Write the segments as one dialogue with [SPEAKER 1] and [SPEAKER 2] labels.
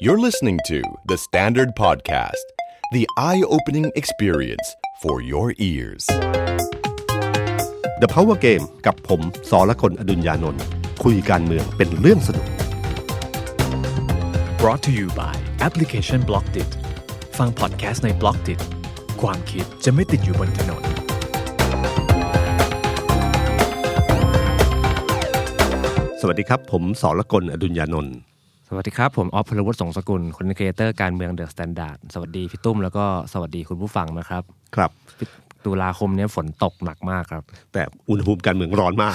[SPEAKER 1] You're listening to The Standard Podcast, the eye-opening experience for your ears.
[SPEAKER 2] The Power Game กับผมสรกล อดุลยานนท์คุยการเมืองเป็นเรื่องสนุก
[SPEAKER 3] Brought to you by Application Blockdit ฟังพอดแคสต์ใน Blockdit ความคิดจะไม่ติดอยู่บนถนน
[SPEAKER 2] สวัสดีครับผมสรกล อดุลยานนท์
[SPEAKER 4] สวัสดีครับผมออฟพลวุฒิสงสกุลคอนเทนต์ครีเอเตอร์การเมืองเดอะสแตนดาร์ดสวัสดีพี่ตุ้มแล้วก็สวัสดีคุณผู้ฟังนะครับ
[SPEAKER 2] ครับ
[SPEAKER 4] ตุลาคมนี้ฝนตกหนักมากครับ
[SPEAKER 2] แต่อุณหภูมิการเมืองร้อนมาก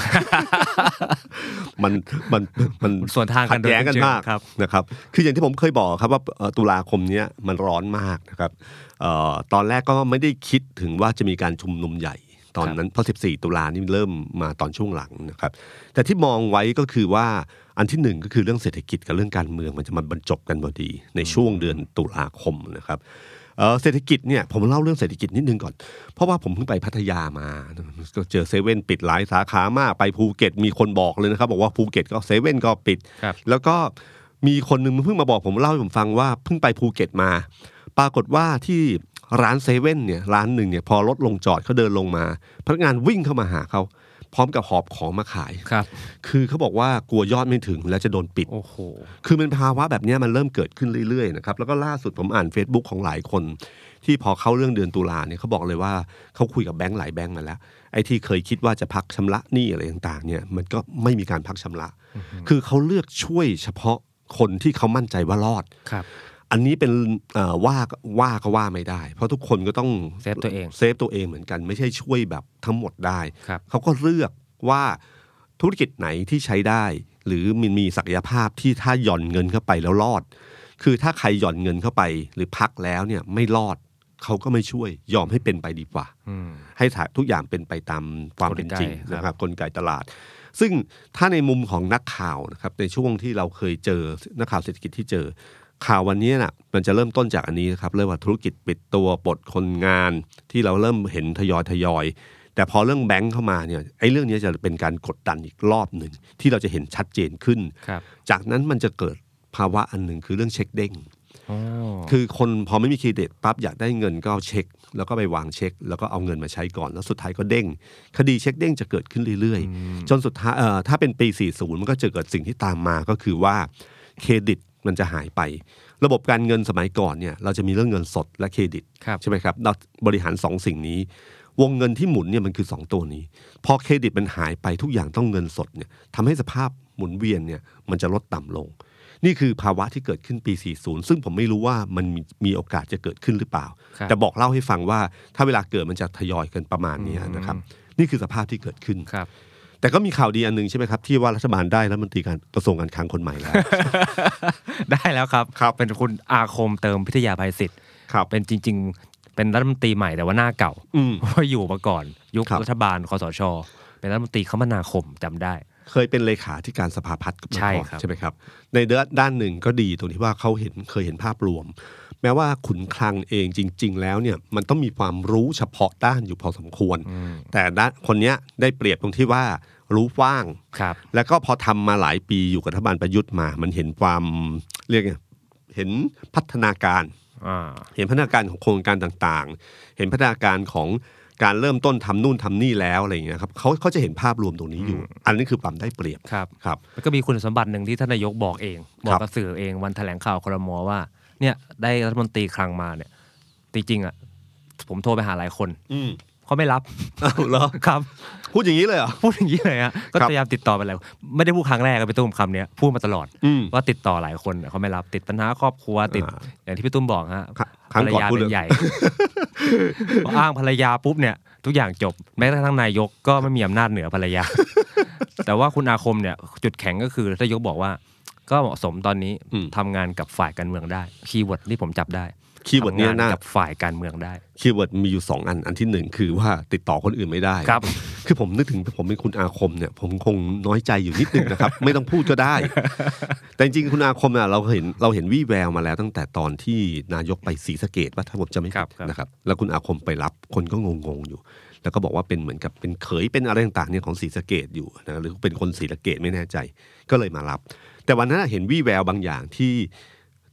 [SPEAKER 2] มัน
[SPEAKER 4] ส่วนทางกัน
[SPEAKER 2] ขัดแย้งกันมากนะครับคืออย่างที่ผมเคยบอกครับว่าตุลาคมนี้มันร้อนมากนะครับตอนแรกก็ไม่ได้คิดถึงว่าจะมีการชุมนุมใหญ่ตอนนั้นเพราะ14ตุลานี่เริ่มมาตอนช่วงหลังนะครับแต่ที่มองไว้ก็คือว่าอันที่หนึ่งก็คือเรื่องเศรษฐกิจกับเรื่องการเมืองมันจะมาบรรจบกันพอดีในช่วงเดือนตุลาคมนะครับเศรษฐกิจเนี่ยผมเล่าเรื่องเศรษฐกิจนิดนึงก่อนเพราะว่าผมเพิ่งไปพัทยามาก็เจอเซเว่นปิดหลายสาขามากไปภูเก็ตมีคนบอกเลยนะครับบอกว่าภูเก็ตก็เซเว่นก็ปิดแล้วก็มีคนนึงเพิ่งมาบอกผมเล่าให้ผมฟังว่าเพิ่งไปภูเก็ตมาปรากฏว่าที่ร้านเซเว่นเนี่ยร้านหนึ่งเนี่ยพอรถลงจอดเขาเดินลงมาพนักงานวิ่งเข้ามาหาเขาพร้อมกับหอบของมาขายคือเขาบอกว่ากลัวยอดไม่ถึงแล้วจะโดนปิด
[SPEAKER 4] โอ้โห
[SPEAKER 2] คือมันภาวะแบบนี้มันเริ่มเกิดขึ้นเรื่อยๆนะครับแล้วก็ล่าสุดผมอ่าน Facebook ของหลายคนที่พอเข้าเรื่องเดือนตุลาเนี่ยเขาบอกเลยว่าเขาคุยกับแบงค์หลายแบงค์มาแล้วไอ้ที่เคยคิดว่าจะพักชำระหนี้อะไรต่างๆเนี่ยมันก็ไม่มีการพักชำระคือเขาเลือกช่วยเฉพาะคนที่เขามั่นใจว่ารอดอันนี้เป็นว่าก็ว่าไม่ได้เพราะทุกคนก็ต้อง
[SPEAKER 4] เซฟตัวเ
[SPEAKER 2] องเหมือนกันไม่ใช่ช่วยแบบทั้งหมดได้เขาก็เลือกว่าธุรกิจไหนที่ใช้ได้หรือมีศักยภาพที่ถ้าหย่อนเงินเข้าไปแล้วรอดคือถ้าใครหย่อนเงินเข้าไปหรือพักแล้วเนี่ยไม่รอดเขาก็ไม่ช่วยยอมให้เป็นไปดีกว่าให้ทุกอย่างเป็นไปตามความเป็นจริงนะครับกลไกตลาดซึ่งถ้าในมุมของนักข่าวนะครับในช่วงที่เราเคยเจอนักข่าวเศรษฐกิจที่เจอข่าววันนี้น่ะมันจะเริ่มต้นจากอันนี้นะครับเรื่องว่าธุรกิจปิดตัวปลดคนงานที่เราเริ่มเห็นทยอยแต่พอเรื่องแบงค์เข้ามาเนี่ยไอ้เรื่องนี้จะเป็นการกดดันอีกรอบหนึ่งที่เราจะเห็นชัดเจนขึ้นจากนั้นมันจะเกิดภาวะอันหนึ่งคือเรื่องเช็คเด้งคือคนพอไม่มีเครดิตปั๊บอยากได้เงินก็เอาเช็คแล้วก็ไปวางเช็คแล้วก็เอาเงินมาใช้ก่อนแล้วสุดท้ายก็เด้งคดีเช็คเด้งจะเกิดขึ้นเรื่อยๆจนสุดท้ายถ้าเป็นปี40มันก็จะเกิดสิ่งที่ตามมาก็คือว่าเครดิตมันจะหายไประบบการเงินสมัยก่อนเนี่ยเราจะมีเรื่องเงินสดและเครดิตใช่ไหมครับเราบริหาร2สิ่งนี้วงเงินที่หมุนเนี่ยมันคือ2ตัวนี้พอเครดิตมันหายไปทุกอย่างต้องเงินสดเนี่ยทำให้สภาพหมุนเวียนเนี่ยมันจะลดต่ำลงนี่คือภาวะที่เกิดขึ้นปี40ซึ่งผมไม่รู้ว่ามันมีโอกาสจะเกิดขึ้นหรือเปล่าแต่บอกเล่าให้ฟังว่าถ้าเวลาเกิดมันจะทยอยกันประมาณนี้นะครับนี่คือสภาพที่เกิดขึ้นแต่ก็มีข่าวดีอันนึงใช่ไหมครับที่ว่ารัฐบาลได้รัฐมนตรีการกระทรวงการคลังคนใหม่แล้ว
[SPEAKER 4] ได้แล้วครับเป็นคุณอาคมเติมพิทยาภัยศิษย์เป็นจริงๆเป็นรัฐมนตรีใหม่แต่ว่าหน้าเก่าเพราะอยู่มาก่อนยุครัฐบาลคสช.เป็นรัฐมนตรีคมนาคมจำได้
[SPEAKER 2] เคยเป็นเลขาธิการสภาพัฒน์
[SPEAKER 4] ใช่
[SPEAKER 2] ไหมครับในด้านหนึ่งก็ดีตรงที่ว่าเขาเคยเห็นภาพรวมแม้ว่าขุนคลังเองจริงๆแล้วเนี่ยมันต้องมีความรู้เฉพาะด้านอยู่พอสมควรแต่คนนี้ได้เปรียบตรงที่ว่ารู้กว้างแล้วก็พอทำมาหลายปีอยู่กับรัฐบาลประยุทธ์มามันเห็นความเรียกไงเห็นพัฒนาการเห็นพัฒนาการของโครงการต่างๆเห็นพัฒนาการของการเริ่มต้นทำนู่นทำนี่แล้วอะไรอย่างเงี้ยครับเขาจะเห็นภาพรวมตรงนี้อยู่อันนี้คือความได้เปรียบ
[SPEAKER 4] ครับแล้วก็มีคุณสมบัติหนึ่งที่ท่านนายกบอกเองบอกกับสื่อเองวันแถลงข่าวครม.ว่าเนี่ยได้รัฐมนตรีคลังมาเนี่ยจริงๆอ่ะผมโทรไปหาหลายคนเขาไม่รับ
[SPEAKER 2] เหรอ
[SPEAKER 4] ครับ
[SPEAKER 2] พูดอย่างนี้เลยเหรอ
[SPEAKER 4] พูดอย่างนี้เลยฮะก็พยายามติดต่อไปแล้วไม่ได้พูดครั้งแรกไปตุ้มคำนี้พูดมาตลอดว่าติดต่อหลายคนเขาไม่รับติดปัญหาครอบครัวติดอย่างที่พี่ตุ้มบอกฮะภรรยาเป็นใหญ่พออ้างภรรยาปุ๊บเนี่ยทุกอย่างจบแม้กระทั่งนายกก็ไม่มีอำนาจเหนือภรรยาแต่ว่าคุณอาคมเนี่ยจุดแข็งก็คือท่านนายกบอกว่าก็เหมาะสมตอนนี้ทำงานกับฝ่ายการเมืองได้คีย์เวิร์ดที่ผมจับได้
[SPEAKER 2] คีย์เวิร์ดนี้นะ
[SPEAKER 4] กับฝ่ายการเมืองได้
[SPEAKER 2] คีย์เวิร์ดมีอยู่2อันที่1คือว่าติดต่อคนอื่นไม่ได้
[SPEAKER 4] ครับ
[SPEAKER 2] คือผมนึกถึงผมเป็นคุณอาคมเนี่ยผมคงน้อยใจอยู่นิดนึงนะครับ ไม่ต้องพูดก็ได้แต่จริงๆคุณอาคมเนี่ยเราเห็นวี่แววมาแล้วตั้งแต่ตอนที่นายกไปศรีสะเกษว่าถ้าผมจะไม่ผิดนะครับแล้วคุณอาคมไปรับคนก็งงอยู่แล้วก็บอกว่าเป็นเหมือนกับเป็นเขยเป็นอะไรต่างๆเนี่ยของศรีสะเกษอยู่นะหรือเป็นคนศรีสะเกษไม่แน่ใจก็เลยมารับแต่วันนั้นเห็นวี่แววบางอย่างที่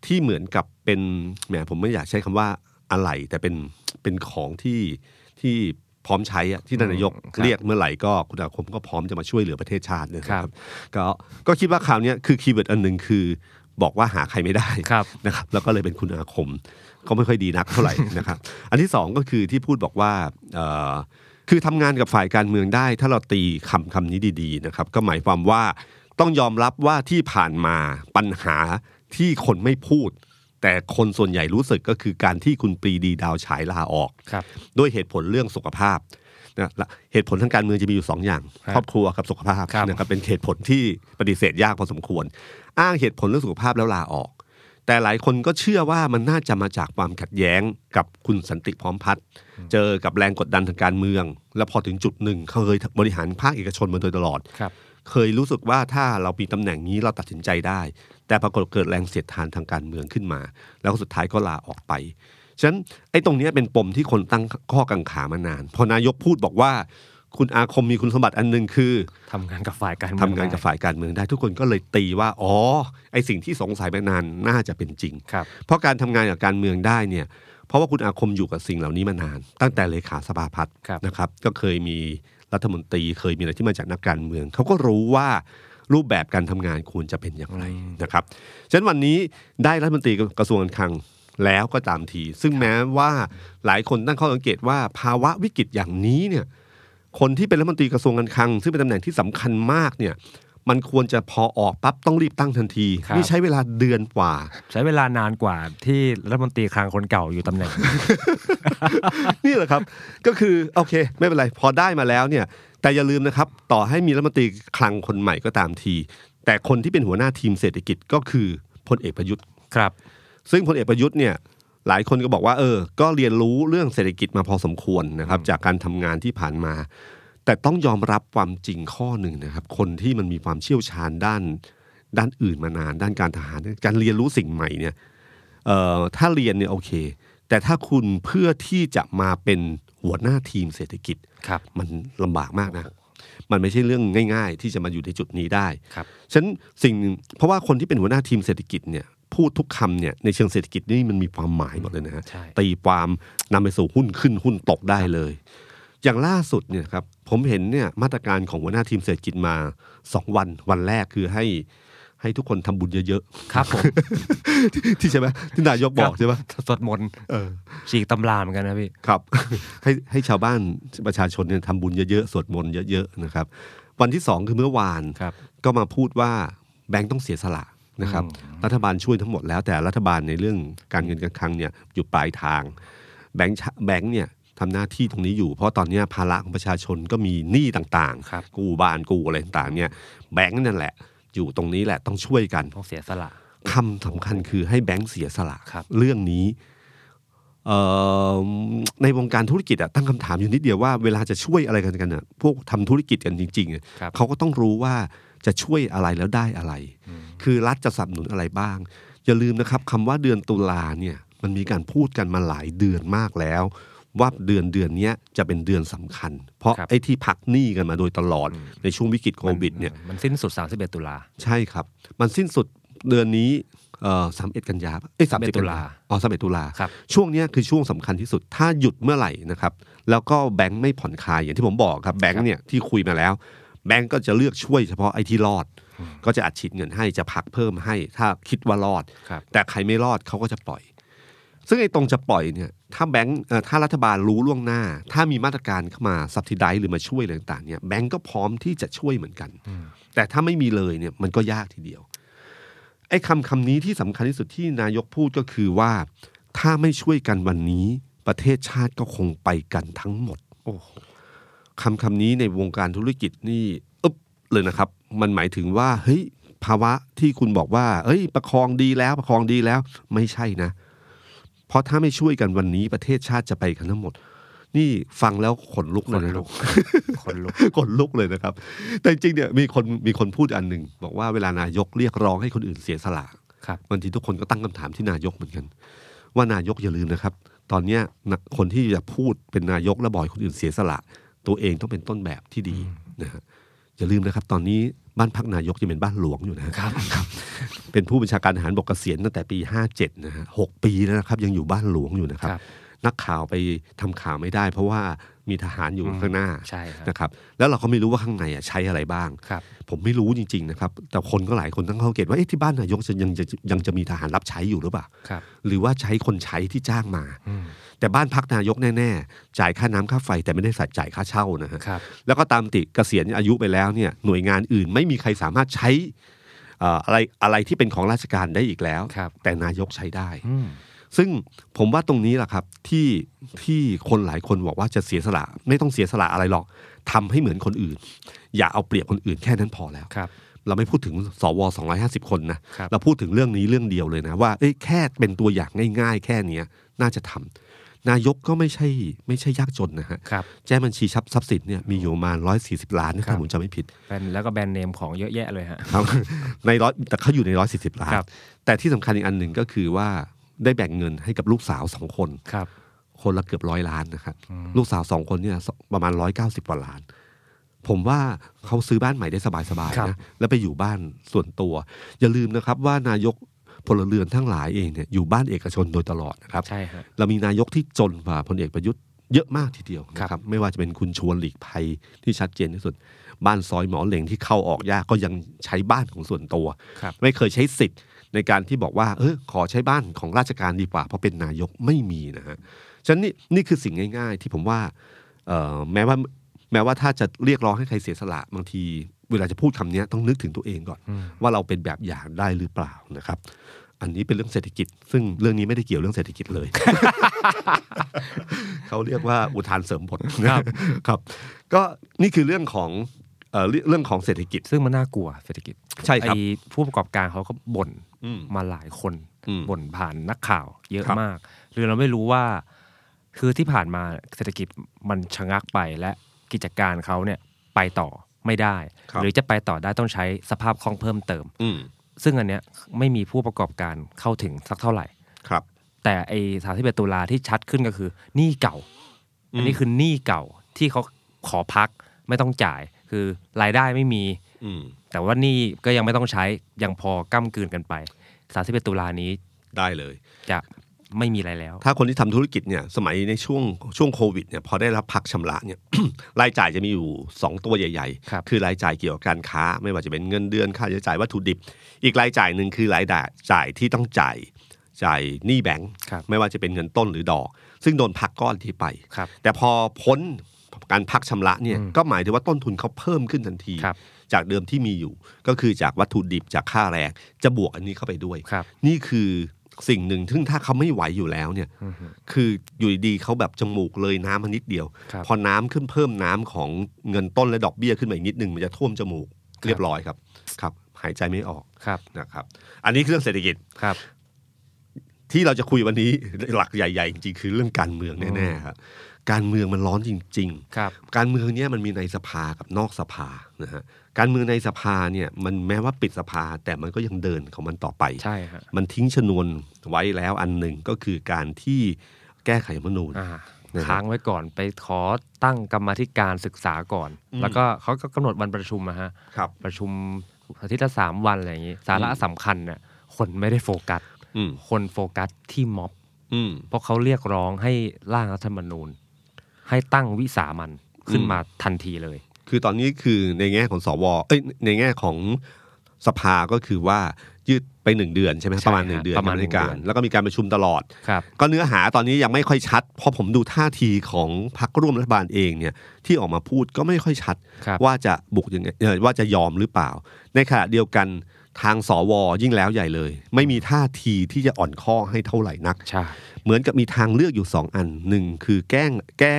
[SPEAKER 2] ที่เหมือนกับเป็นแหมผมไม่อยากใช้คำว่าอะไรแต่เป็นของที่พร้อมใช้ที่นายกเรียกเมื่อไหร่ก็คุณอาคมก็พร้อมจะมาช่วยเหลือประเทศชาตินะครับก็คิดว่าคราวนี้คือคีย์เวิร์ดอันนึงคือบอกว่าหาใครไม่ได้นะครับแล้วก็เลยเป็นคุณอาคมก็ไม่ค่อยดีนักเท่าไหร่นะครับอันที่2ก็คือที่พูดบอกว่าคือทำงานกับฝ่ายการเมืองได้ถ้าเราตีคำนี้ดีๆนะครับก็หมายความว่าต้องยอมรับว่าที่ผ่านมาปัญหาที่คนไม่พูดแต่คนส่วนใหญ่รู้สึกก็คือการที่คุณปรีดีดาวฉายลาออกด้วยเหตุผลเรื่องสุขภาพนะเหตุผลทางการเมืองจะมีอยู่2อย่างครอบครัวกับสุขภาพนะครับเป็นเหตุผลที่ปฏิเสธยากพอสมควรอ้างเหตุผลเรื่องสุขภาพแล้วลาออกแต่หลายคนก็เชื่อว่ามันน่าจะมาจากความขัดแย้งกับคุณสันติพร้อมพัฒน์เจอกับแรงกดดันทางการเมืองแล้วพอถึงจุดหนึ่งเขาเคยบริหารภาคเอกชนมาโดยตลอดเคยรู้สึกว่าถ้าเรามีตำแหน่งนี้เราตัดสินใจได้แต่ปรากฏเกิดแรงเสียดทานทางการเมืองขึ้นมาแล้วสุดท้ายก็ลาออกไปฉะนั้นไอ้ตรงนี้เป็นปมที่คนตั้งข้อกังขามานานพอนายกพูดบอกว่าคุณอาคมมีคุณสมบัติอันนึงคือ
[SPEAKER 4] ทำงานกับฝ่ายการเมือง
[SPEAKER 2] ทำงานกับฝ่ายการเมืองได้ทุกคนก็เลยตีว่าอ๋อไอ้สิ่งที่สงสัยมานานน่าจะเป็นจริงเพราะการทำงานกับการเมืองได้เนี่ยเพราะว่าคุณอาคมอยู่กับสิ่งเหล่านี้มานานตั้งแต่เลขาสภาพัฒน์นะครับก็เคยมีรัฐมนตรีเคยมีอะไรที่มาจากนักการเมืองเขาก็รู้ว่ารูปแบบการทำงานควรจะเป็นอย่างไรนะครับฉะนั้นวันนี้ได้รัฐมนตรีกระทรวงการคลังแล้วก็ตามทีซึ่งแม้ว่าหลายคนตั้งข้อสังเกตว่าภาวะวิกฤตอย่างนี้เนี่ยคนที่เป็นรัฐมนตรีกระทรวงการคลังซึ่งเป็นตำแหน่งที่สำคัญมากเนี่ยมันควรจะพอออกปั๊บต้องรีบตั้งทันทีนี่ใช้เวลาเดือนกว่า
[SPEAKER 4] ใช้เวลานานกว่าที่รัฐมนตรีคลังคนเก่าอยู่ตำแหน่ง
[SPEAKER 2] นี่แหละครับก็คือโอเคไม่เป็นไรพอได้มาแล้วเนี่ยแต่อย่าลืมนะครับต่อให้มีรัฐมนตรีคลังคนใหม่ก็ตามทีแต่คนที่เป็นหัวหน้าทีมเศรษฐกิจก็คือพลเอกประยุทธ์
[SPEAKER 4] ครับ
[SPEAKER 2] ซึ่งพลเอกประยุทธ์เนี่ยหลายคนก็บอกว่าก็เรียนรู้เรื่องเศรษฐกิจมาพอสมควรนะครับจากการทำงานที่ผ่านมาแต่ต้องยอมรับความจริงข้อหนึ่งนะครับคนที่มันมีความเชี่ยวชาญด้านอื่นมานานด้านการทหารการเรียนรู้สิ่งใหม่เนี่ยถ้าเรียนเนี่ยโอเคแต่ถ้าคุณเพื่อที่จะมาเป็นหัวหน้าทีมเศรษฐกิจมันลำบากมากนะมันไม่ใช่เรื่องง่ายๆที่จะมาอยู่ในจุดนี้ได้ฉะนั้นเพราะว่าคนที่เป็นหัวหน้าทีมเศรษฐกิจเนี่ยพูดทุกคำเนี่ยในเชิงเศรษฐกิจนี่มันมีความหมายหมดเลยนะฮะตีความนำไปสู่หุ้นขึ้นหุ้นตกได้เลยอย่างล่าสุดเนี่ยครับผมเห็นเนี่ยมาตรการของหัวหน้าทีมเศรษฐกิจมา2วันแรกคือให้ทุกคนทำบุญเยอะ
[SPEAKER 4] ๆครับผม
[SPEAKER 2] ที่ใช่ไหมที่นายกบอกใช่ไหม
[SPEAKER 4] สวดมนต์ฉีกตำราเหมือนกันนะพี่
[SPEAKER 2] ครับ ให้ชาวบ้านประชาชนเนี่ยทำบุญเยอะๆสวดมนต์เยอะๆนะครับวันที่2คือเมื่อวานก็มาพูดว่าแบงค์ต้องเสียสละนะครับรัฐบาลช่วยทั้งหมดแล้วแต่รัฐบาลในเรื่องการเงินการคลังเนี่ยอยู่ปลายทางแบงค์เนี่ยทำหน้าที่ตรงนี้อยู่เพราะตอนนี้ภาระของประชาชนก็มีหนี้ต่างๆกู้บ้านกู้อะไรต่างๆเนี่ยแบงค์นั่นแหละอยู่ตรงนี้แหละต้องช่วยกัน
[SPEAKER 4] ต้องเสียสละ
[SPEAKER 2] คำสำคัญคือให้แบงค์เสียสละเรื่องนี้ในวงการธุรกิจตั้งคำถามอยู่นิดเดียวว่าเวลาจะช่วยอะไรกันน่ะพวกทำธุรกิจกันจริงๆเขาก็ต้องรู้ว่าจะช่วยอะไรแล้วได้อะไรคือรัฐจะสนับสนุนอะไรบ้างอย่าลืมนะครับคำว่าเดือนตุลาเนี่ยมันมีการพูดกันมาหลายเดือนมากแล้วว่าเดือนนี้จะเป็นเดือนสำคัญเพราะไอ้ที่พักหนี้กันมาโดยตลอดในช่วงวิกฤตโควิดเนี่ย
[SPEAKER 4] มันสิ้นสุด31ตุลา
[SPEAKER 2] ใช่ครับมันสิ้นสุดเดือนนี้31กันยา
[SPEAKER 4] 31ตุลา
[SPEAKER 2] 31ตุลาช่วงนี้คือช่วงสำคัญที่สุดถ้าหยุดเมื่อไหร่นะครับแล้วก็แบงค์ไม่ผ่อนคลายอย่างที่ผมบอกครับแบงค์เนี่ยที่คุยมาแล้วแบงค์ก็จะเลือกช่วยเฉพาะไอ้ที่รอดก็จะอัดฉีดเงินให้จะพักเพิ่มให้ถ้าคิดว่ารอดแต่ใครไม่รอดเขาก็จะปล่อยซึ่งไอ้ตรงจะปล่อยเนี่ยถ้าแบงค์ถ้ารัฐบาลรู้ล่วงหน้าถ้ามีมาตรการเข้ามาซับซิไดซ์หรือมาช่วยอะไรต่างๆเนี่ยแบงค์ก็พร้อมที่จะช่วยเหมือนกันแต่ถ้าไม่มีเลยเนี่ยมันก็ยากทีเดียวไอ้คำนี้ที่สำคัญที่สุดที่นายกพูดก็คือว่าถ้าไม่ช่วยกันวันนี้ประเทศชาติก็คงไปกันทั้งหมดโอ้คำนี้ในวงการธุรกิจนี่เลยนะครับมันหมายถึงว่าเฮ้ยภาวะที่คุณบอกว่าประคองดีแล้วไม่ใช่นะเพราะถ้าไม่ช่วยกันวันนี้ประเทศชาติจะไปกันทั้งหมดนี่ฟังแล้วขนลุกเลยนะขนลุกเลยนะครับแต่จริงๆเนี่ยมีคนพูดอันหนึ่งบอกว่าเวลานายกเรียกร้องให้คนอื่นเสียสละบางทีทุกคนก็ตั้งคำถามที่นายกเหมือนกันว่านายกอย่าลืมนะครับตอนนี้คนที่จะพูดเป็นนายกและบอกคนอื่นเสียสละตัวเองต้องเป็นต้นแบบที่ดีนะฮะอย่าลืมนะครับตอนนี้บ้านพักนายกยังเป็นบ้านหลวงอยู่นะครับเป็นผู้บัญชาการทหารบกเกษียณตั้งแต่ปี57นะฮะ6 ปีแล้วนะครับยังอยู่บ้านหลวงอยู่นะครับนักข่าวไปทำข่าวไม่ได้เพราะว่ามีทหารอยู่ข้างหน้านะครับแล้วเราก็ไม่รู้ว่าข้างในใช้อะไรบ้างผมไม่รู้จริงๆนะครับแต่คนก็หลายคนตั้งข้อสังเกตว่าที่บ้านนายกยังจะมีทหารรับใช้อยู่หรือเปล่าหรือว่าใช้คนใช้ที่จ้างมาแต่บ้านพักนายกแน่ๆจ่ายค่าน้ำค่าไฟแต่ไม่ได้จ่ายค่าเช่านะฮะแล้วก็ตามติเกษียณอายุไปแล้วเนี่ยหน่วยงานอื่นไม่มีใครสามารถใช้อะไรที่เป็นของราชการได้อีกแล้วแต่นายกใช้ได้ซึ่งผมว่าตรงนี้แหละครับที่คนหลายคนบอกว่าจะเสียสละไม่ต้องเสียสละอะไรหรอกทำให้เหมือนคนอื่นอย่าเอาเปรียบคนอื่นแค่นั้นพอแล้วเราไม่พูดถึงสว250 คนนะเราพูดถึงเรื่องนี้เรื่องเดียวเลยนะว่าแค่เป็นตัวอย่างง่ายๆแค่นี้น่าจะทำนายกก็ไม่ใช่ยากจนนะฮะแจ้งบัญชีทรัพย์สินเนี่ยมีอยู่ประมาณ140 ล้านถ้าผมจำไม่ผิด
[SPEAKER 4] แล้วก็แบรนด์เนมของเยอะแยะเลยฮะ
[SPEAKER 2] ในแต่เขาอยู่ใน140 ล้านแต่ที่สำคัญอีกอันหนึ่งก็คือว่าได้แบ่งเงินให้กับลูกสาว2 คนคนละเกือบ100 ล้านนะครับลูกสาว2 คนเนี่ยประมาณ190 กว่าล้านผมว่าเขาซื้อบ้านใหม่ได้สบายๆนะแล้วไปอยู่บ้านส่วนตัวอย่าลืมนะครับว่านายกพลเรือนทั้งหลายเองเนี่ยอยู่บ้านเอกชนโดยตลอดนะครับเรามีนายกที่จนกว่าพลเอกประยุทธ์เยอะมากทีเดียวนะครับไม่ว่าจะเป็นคุณชวนหลีกภัยที่ชัดเจนที่สุดบ้านซอยหมอเหลงที่เข้าออกยากก็ยังใช้บ้านของส่วนตัวไม่เคยใช้สิทธิ์ในการที่บอกว่าขอใช้บ้านของราชการดีกว่าเพราะเป็นนายกไม่มีนะฮะฉะนั้นนี่คือสิ่งง่ายๆที่ผมว่าแม้ว่าถ้าจะเรียกร้องให้ใครเสียสละบางทีเวลาจะพูดคำนี้ต้องนึกถึงตัวเองก่อนว่าเราเป็นแบบอย่างได้หรือเปล่านะครับอันนี้เป็นเรื่องเศรษฐกิจซึ่งเรื่องนี้ไม่ได้เกี่ยวเรื่องเศรษฐกิจเลย เขาเรียกว่าอุทานเสริมบทครับก็นี่คือเรื่องของเศรษฐกิจ
[SPEAKER 4] ซึ่งมันน่ากลัวเศรษฐกิจ
[SPEAKER 2] ใช่ครับ
[SPEAKER 4] ผู้ประกอบการเขาก็บ่นมาหลายคนบ่นผ่านนักข่าวเยอะมากหรือเราไม่รู้ว่าคือที่ผ่านมาเศรษฐกิจมันชะงักไปและกิจการเขาเนี่ยไปต่อไม่ได้หรือจะไปต่อได้ต้องใช้สภาพคล่องเพิ่มเติมซึ่งอันเนี้ยไม่มีผู้ประกอบการเข้าถึงสักเท่าไหร่แต่ไอ้31 ตุลาที่ชัดขึ้นก็คือหนี้เก่าอันนี้คือหนี้เก่าที่เขาขอพักไม่ต้องจ่ายคือรายได้ไม่มีแต่ว่าหนี้ก็ยังไม่ต้องใช้ยังพอก้ำกืนกันไป31 ตุลานี้
[SPEAKER 2] ได้เลย
[SPEAKER 4] จะไม่มีอะไรแล้ว
[SPEAKER 2] ถ้าคนที่ทำธุรกิจเนี่ยสมัยในช่วงโควิดเนี่ยพอได้รับพักชำระเนี่ย รายจ่ายจะมีอยู่2 ตัวใหญ่ๆคือรายจ่ายเกี่ยวกับการค้าไม่ว่าจะเป็นเงินเดือนค่าใช้จ่ายวัตถุดิบอีกรายจ่ายหนึ่งคือรายจ่ายที่ต้องจ่ายหนี้แบงก์ไม่ว่าจะเป็นเงินต้นหรือดอกซึ่งโดนพักก้อนที่ไปแต่พอพ้นการพักชำระเนี่ยก็หมายถึงว่าต้นทุนเขาเพิ่มขึ้นทันทีจากเดิมที่มีอยู่ก็คือจากวัตถุดิบจากค่าแรงจะบวกอันนี้เข้าไปด้วยนี่คือสิ่งหนึ่งซึ่งถ้าเขาไม่ไหวอยู่แล้วเนี่ยคืออยู่ดีๆเขาแบบจมูกเลยน้ำมานิดเดียวพอน้ำขึ้นเพิ่มน้ำของเงินต้นและดอกเบี้ยขึ้นมาอีกนิดนึงมันจะท่วมจมูกเรียบร้อยครับหายใจไม่ออกนะครับอันนี้คือเรื่องเศรษฐกิจที่เราจะคุยวันนี้หลักใหญ่ๆจริงๆคือเรื่องการเมืองแน่ๆครับการเมืองมันร้อนจริงๆการเมืองเนี้ยมันมีในสภากับนอกสภานะฮะการเมืองในสภาเนี่ยมันแม้ว่าปิดสภาแต่มันก็ยังเดินของมันต่อไป
[SPEAKER 4] ใช่ฮะ
[SPEAKER 2] มันทิ้งชนวนไว้แล้วอันหนึ่งก็คือการที่แก้ไขรัฐธรรมนูญ
[SPEAKER 4] ค้างไว้ก่อนไปขอตั้งกรรมาธิการศึกษาก่อนแล้วก็เขาก็กำหนดวันประชุมนะฮะประชุมอาทิตย์ละ3 วันอะไรอย่างนี้สาระสำคัญเนี่ยคนไม่ได้โฟกัสคนโฟกัสที่ม็อบเพราะเขาเรียกร้องให้ร่างรัฐธรรมนูญให้ตั้งวิสามัญขึ้นมาทันทีเลย
[SPEAKER 2] คือตอนนี้คือในแง่ของสวในแง่ของสภาก็คือว่ายืดไป1 เดือนใช่ไหมประมาณ1 เดือน
[SPEAKER 4] ประมาณ
[SPEAKER 2] ในการแล้วก็มีการประชุมตลอดก็เนื้อหาตอนนี้ยังไม่ค่อยชัดเพราะผมดูท่าทีของพรรคร่วมรัฐบาลเองเนี่ยที่ออกมาพูดก็ไม่ค่อยชัดว่าจะบุกยังไงว่าจะยอมหรือเปล่าในขณะเดียวกันทางสวยิ่งแล้วใหญ่เลยไม่มีท่าทีที่จะอ่อนข้อให้เท่าไหร่นักเหมือนกับมีทางเลือกอยู่2 อันหนึ่งคือแก้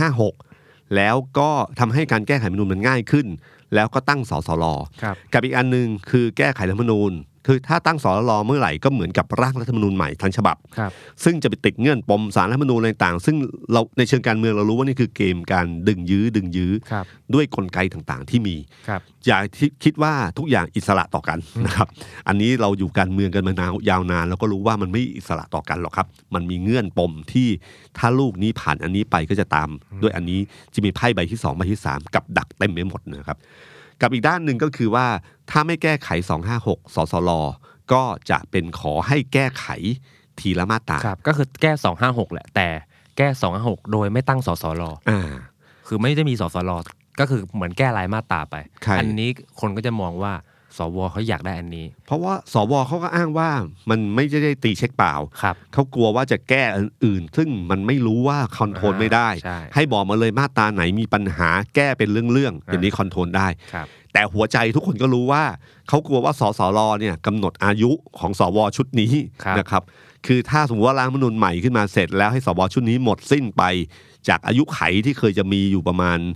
[SPEAKER 2] 256แล้วก็ทำให้การแก้ไขรัฐธรรมนูญมันง่ายขึ้นแล้วก็ตั้งสสร.กับอีกอันนึงคือแก้ไขรัฐธรรมนูญคือถ้าตั้งสสร.เมื่อไหร่ก็เหมือนกับร่างรัฐธรรมนูญใหม่ทั้งฉบับซึ่งจะไปติดเงื่อนปมศาลรัฐธรรมนูญอะไรต่างซึ่งเราในเชิงการเมืองเรารู้ว่านี่คือเกมการดึงยื้อด้วยกลไกต่างๆที่มีอย่าคิดว่าทุกอย่างอิสระต่อกันนะครับอันนี้เราอยู่การเมืองกันมายาวนานแล้วก็รู้ว่ามันไม่อิสระต่อกันหรอกครับมันมีเงื่อนปมที่ถ้าลูกนี้ผ่านอันนี้ไปก็จะตามด้วยอันนี้จะมีไพ่ใบที่2ใบที่3กับดักเต็มไปหมดนะครับกับอีกด้านหนึ่งก็คือว่าถ้าไม่แก้ไข256สสลก็จะเป็นขอให้แก้ไขทีละมาตรา
[SPEAKER 4] ครับก็คือแก้256แหละแต่แก้256โดยไม่ตั้งสสลคือไม่ได้มีสสลก็คือเหมือนแก้รายมาตราไปอันนี้คนก็จะมองว่าสวเขาอยากได้อันนี้
[SPEAKER 2] เพราะว่าสวเขาก็อ้างว่ามันไม่ได้ตีเช็คเปล่าเขากลัวว่าจะแก้อื่นซึ่งมันไม่รู้ว่าคอนโทรลไม่ได้ให้บอกมาเลยมาตราไหนมีปัญหาแก้เป็นเรื่องๆอย่างนี้คอนโทรลได้แต่หัวใจทุกคนก็รู้ว่าเขากลัวว่าสสลเนี่ยกำหนดอายุของสวชุดนี้นะครับคือถ้าสมมติว่าร่างรัฐธรรมนูญใหม่ขึ้นมาเสร็จแล้วให้สวชุดนี้หมดสิ้นไปจากอายุไขที่เคยจะมีอยู่ประมาณ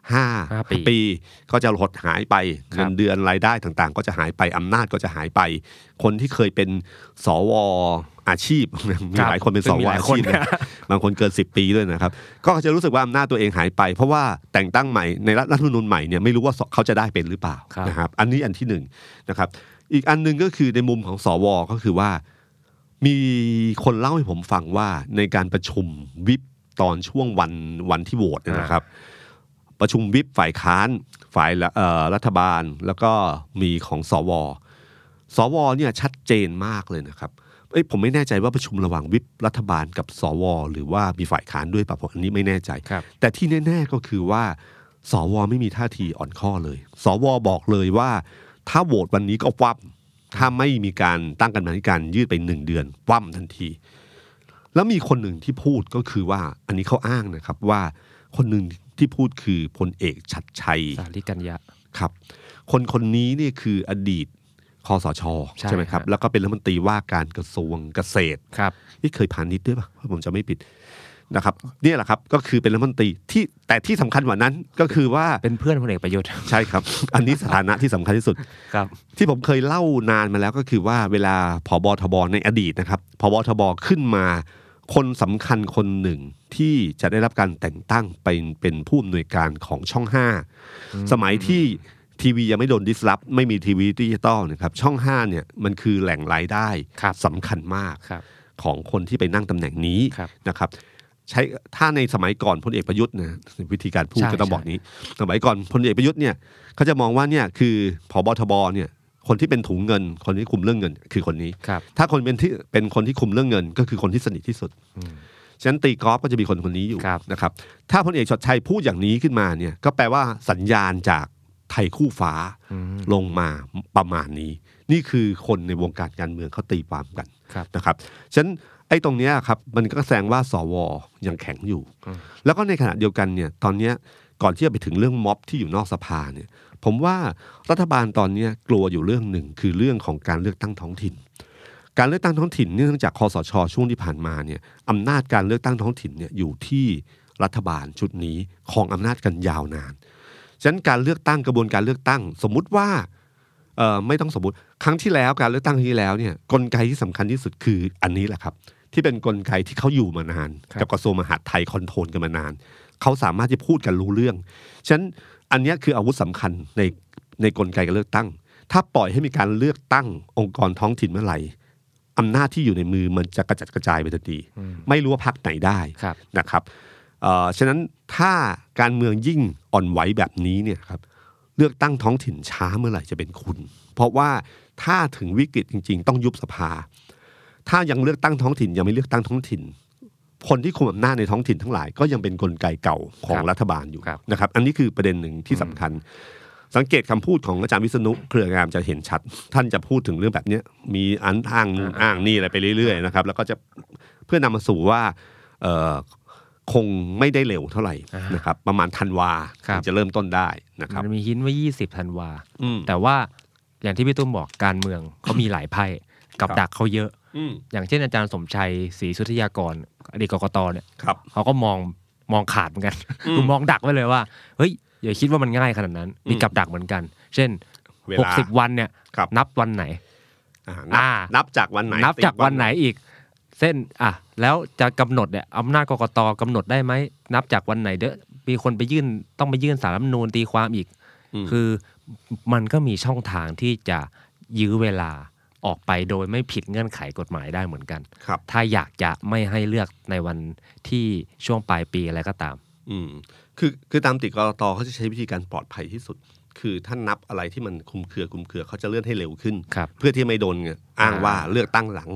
[SPEAKER 2] 5 ปีก็จะหดหายไปเงินเดือนรายได้ต่างๆก็จะหายไปอำนาจก็จะหายไปคนที่เคยเป็นสวอาชีพมีหลายคนเป็นสวอาชีพบางคนเกิน10 ปีด้วยนะครับก็จะรู้สึกว่าอำนาจตัวเองหายไปเพราะว่าแต่งตั้งใหม่ในรัฐธรรมนูญใหม่เนี่ยไม่รู้ว่าเขาจะได้เป็นหรือเปล่านะครับอันนี้อันที่1นะครับอีกอันนึงก็คือในมุมของสวก็คือว่ามีคนเล่าให้ผมฟังว่าในการประชุมวิปตอนช่วงวันที่โหวตนะครับประชุมวิปฝ่ายค้านฝ่ายรัฐบาลแล้วก็มีของสวเนี่ยชัดเจนมากเลยนะครับผมไม่แน่ใจว่าประชุมระหว่างวิปรัฐบาลกับสวหรือว่ามีฝ่ายค้านด้วยป่ะผมอันนี้ไม่แน่ใจแต่ที่แน่ๆก็คือว่าสวไม่มีท่าทีอ่อนข้อเลยสวบอกเลยว่าถ้าโหวตวันนี้ก็คว่ำถ้าไม่มีการตั้งกรรมาธิการยืดไป1 เดือนคว่ำทันทีแล้วมีคนหนึ่งที่พูดก็คือว่าอันนี้เขาอ้างนะครับว่าคนหนึ่งที่พูดคือพลเอกชัดชัย
[SPEAKER 4] สาลิกัญญะ
[SPEAKER 2] ครับคนนี้นี่คืออดีตคสช.ใช่ไหมครับแล้วก็เป็นรัฐมนตรีว่าการกระทรวงเกษตรที่เคยผ่านนิดด้วยป่ะผมจะไม่ผิดนะครับนี่แหละครับก็คือเป็นรัฐมนตรีแต่ที่สำคัญกว่านั้นก็คือว่า
[SPEAKER 4] เป็นเพื่อนพลเอกประยุทธ์
[SPEAKER 2] ใช่ครับอันนี้สถานะที่สำคัญที่สุด
[SPEAKER 4] ครับ
[SPEAKER 2] ที่ผมเคยเล่านานมาแล้วก็คือว่าเวลาผบ.ทบ.ในอดีตนะครับผบ.ทบ.ขึ้นมาคนสำคัญคนหนึ่งที่จะได้รับการแต่งตั้งเป็นผู้อำนวยการของช่อง5สมัยที่ทีวียังไม่โดนดิสรัปไม่มีทีวีดิจิตอลนะครับช่อง5เนี่ยมันคือแหล่งรายได้สำคัญมากของคนที่ไปนั่งตำแหน่งนี้นะครับใช้ถ้าในสมัยก่อนพลเอกประยุทธ์นะวิธีการพูดก็ต้องบอกนี้สมัยก่อนพลเอกประยุทธ์เนี่ยเขาจะมองว่าเนี่ยคือผบ.ทบ.เนี่ยคนที่เป็นถุงเงินคนที่คุมเรื่องเงินคือคนนี้ถ้าคนเป็นคนที่คุมเรื่องเงินก็คือคนที่สนิทที่สุดฉะนั้นตีกอล์ฟก็จะมีคนนี้อยู่นะครับถ้าพลเอกชัดชัยพูดอย่างนี้ขึ้นมาเนี่ยก็แปลว่าสัญญาณจากไทยคู่ฟ้าลงมาประมาณนี้นี่คือคนในวงการการเมืองเขาตีความกันนะครับฉะนั้นไอ้ตรงนี้ครับมันก็แสดงว่าสวยังแข็งอยู่แล้วก็ในขณะเดียวกันเนี่ยตอนนี้ก่อนที่จะไปถึงเรื่องม็อบที่อยู่นอกสภาเนี่ยผมว่ารัฐบาลตอนนี้กลัวอยู่เรื่องหนึ่งคือเรื่องของการเลือกตั้งท้องถิ่นการเลือกตั้งท้องถิ่นเนื่องจากคสช.ช่วงที่ผ่านมาเนี่ยอำนาจการเลือกตั้งท้องถิ่นเนี่ยอยู่ที่รัฐบาลชุดนี้ครองอำนาจกันยาวนานฉะนั้นการเลือกตั้งกระบวนการเลือกตั้งสมมุติว่าไม่ต้องสมมุติครั้งที่แล้วการเลือกตั้งที่แล้วเนี่ยกลไกที่สำคัญที่สุดคืออันนี้แหละครับที่เป็นกลไกที่เขาอยู่มานานกับกระทรวงมหาดไทยคอนโทรลกันมานานเขาสามารถที่พูดกันรู้เรื่องฉะนั้นอันนี้คืออาวุธสำคัญในกลไกการเลือกตั้งถ้าปล่อยให้มีการเลือกตั้งองค์กรท้องถิ่นเมื่อไหร่อำนาจที่อยู่ในมือมันจะกระจัดกระจายไปทันทีไม่รู้ว่าพรรคไหนได้นะครับฉะนั้นถ้าการเมืองยิ่งอ่อนไหวแบบนี้เนี่ยครับเลือกตั้งท้องถิ่นช้าเมื่อไหร่จะเป็นคุณเพราะว่าถ้าถึงวิกฤตจริงๆต้องยุบสภาถ้ายังเลือกตั้งท้องถิ่นยังไม่เลือกตั้งท้องถิ่นคนที่คุมอำนาจในท้องถิ่นทั้งหลายก็ยังเป็นกลไกเก่าของรัฐบาลอยู่นะครับอันนี้คือประเด็นหนึ่งที่สำคัญสังเกตคำพูดของอาจารย์วิษณุเครืองามจะเห็นชัดท่านจะพูดถึงเรื่องแบบนี้มีอ้างนี่อะไรไปเรื่อยๆนะครับแล้วก็จะเพื่อนำมาสู่ว่าคงไม่ได้เร็วเท่าไหร่นะครับประมาณธันวาจะเริ่มต้นได้นะครับ
[SPEAKER 4] มันมีหินว่า20ธันวาแต่ว่าอย่างที่พี่ตุ้มบอกการเมืองเขามีหลายไพ่กับดักเขาเยอะอย่างเช่นอาจารย์สมชัยศรีสุทธิยากรอดีตกกต.เนี่ยเขาก็มองขาดเหมือนกันคือมองดักไว้เลยว่าเฮ้ยอย่าคิดว่ามันง่ายขนาดนั้นมีกับดักเหมือนกันเช่น60วันเนี่ยนับวันไหน
[SPEAKER 2] นับจากวันไหน
[SPEAKER 4] นับจากวันไหนอีกเส้นแล้วจะกำหนดเนี่ยอำนาจกกต.กำหนดได้ไหมนับจากวันไหนเด้อมีคนไปยื่นต้องไปยื่นศาลรัฐธรรมนูญตีความอีกคือมันก็มีช่องทางที่จะยื้อเวลาออกไปโดยไม่ผิดเงื่อนไขกฎหมายได้เหมือนกันถ้าอยากจะไม่ให้เลือกในวันที่ช่วงปลายปีอะไรก็ตาม
[SPEAKER 2] คือตามติกกต.เขาจะใช้วิธีการปลอดภัยที่สุดคือท่านนับอะไรที่มันคลุมเครือเขาจะเลื่อนให้เร็วขึ้นเพื่อที่ไม่โดนอ้างว่าเลือกตั้งหลัง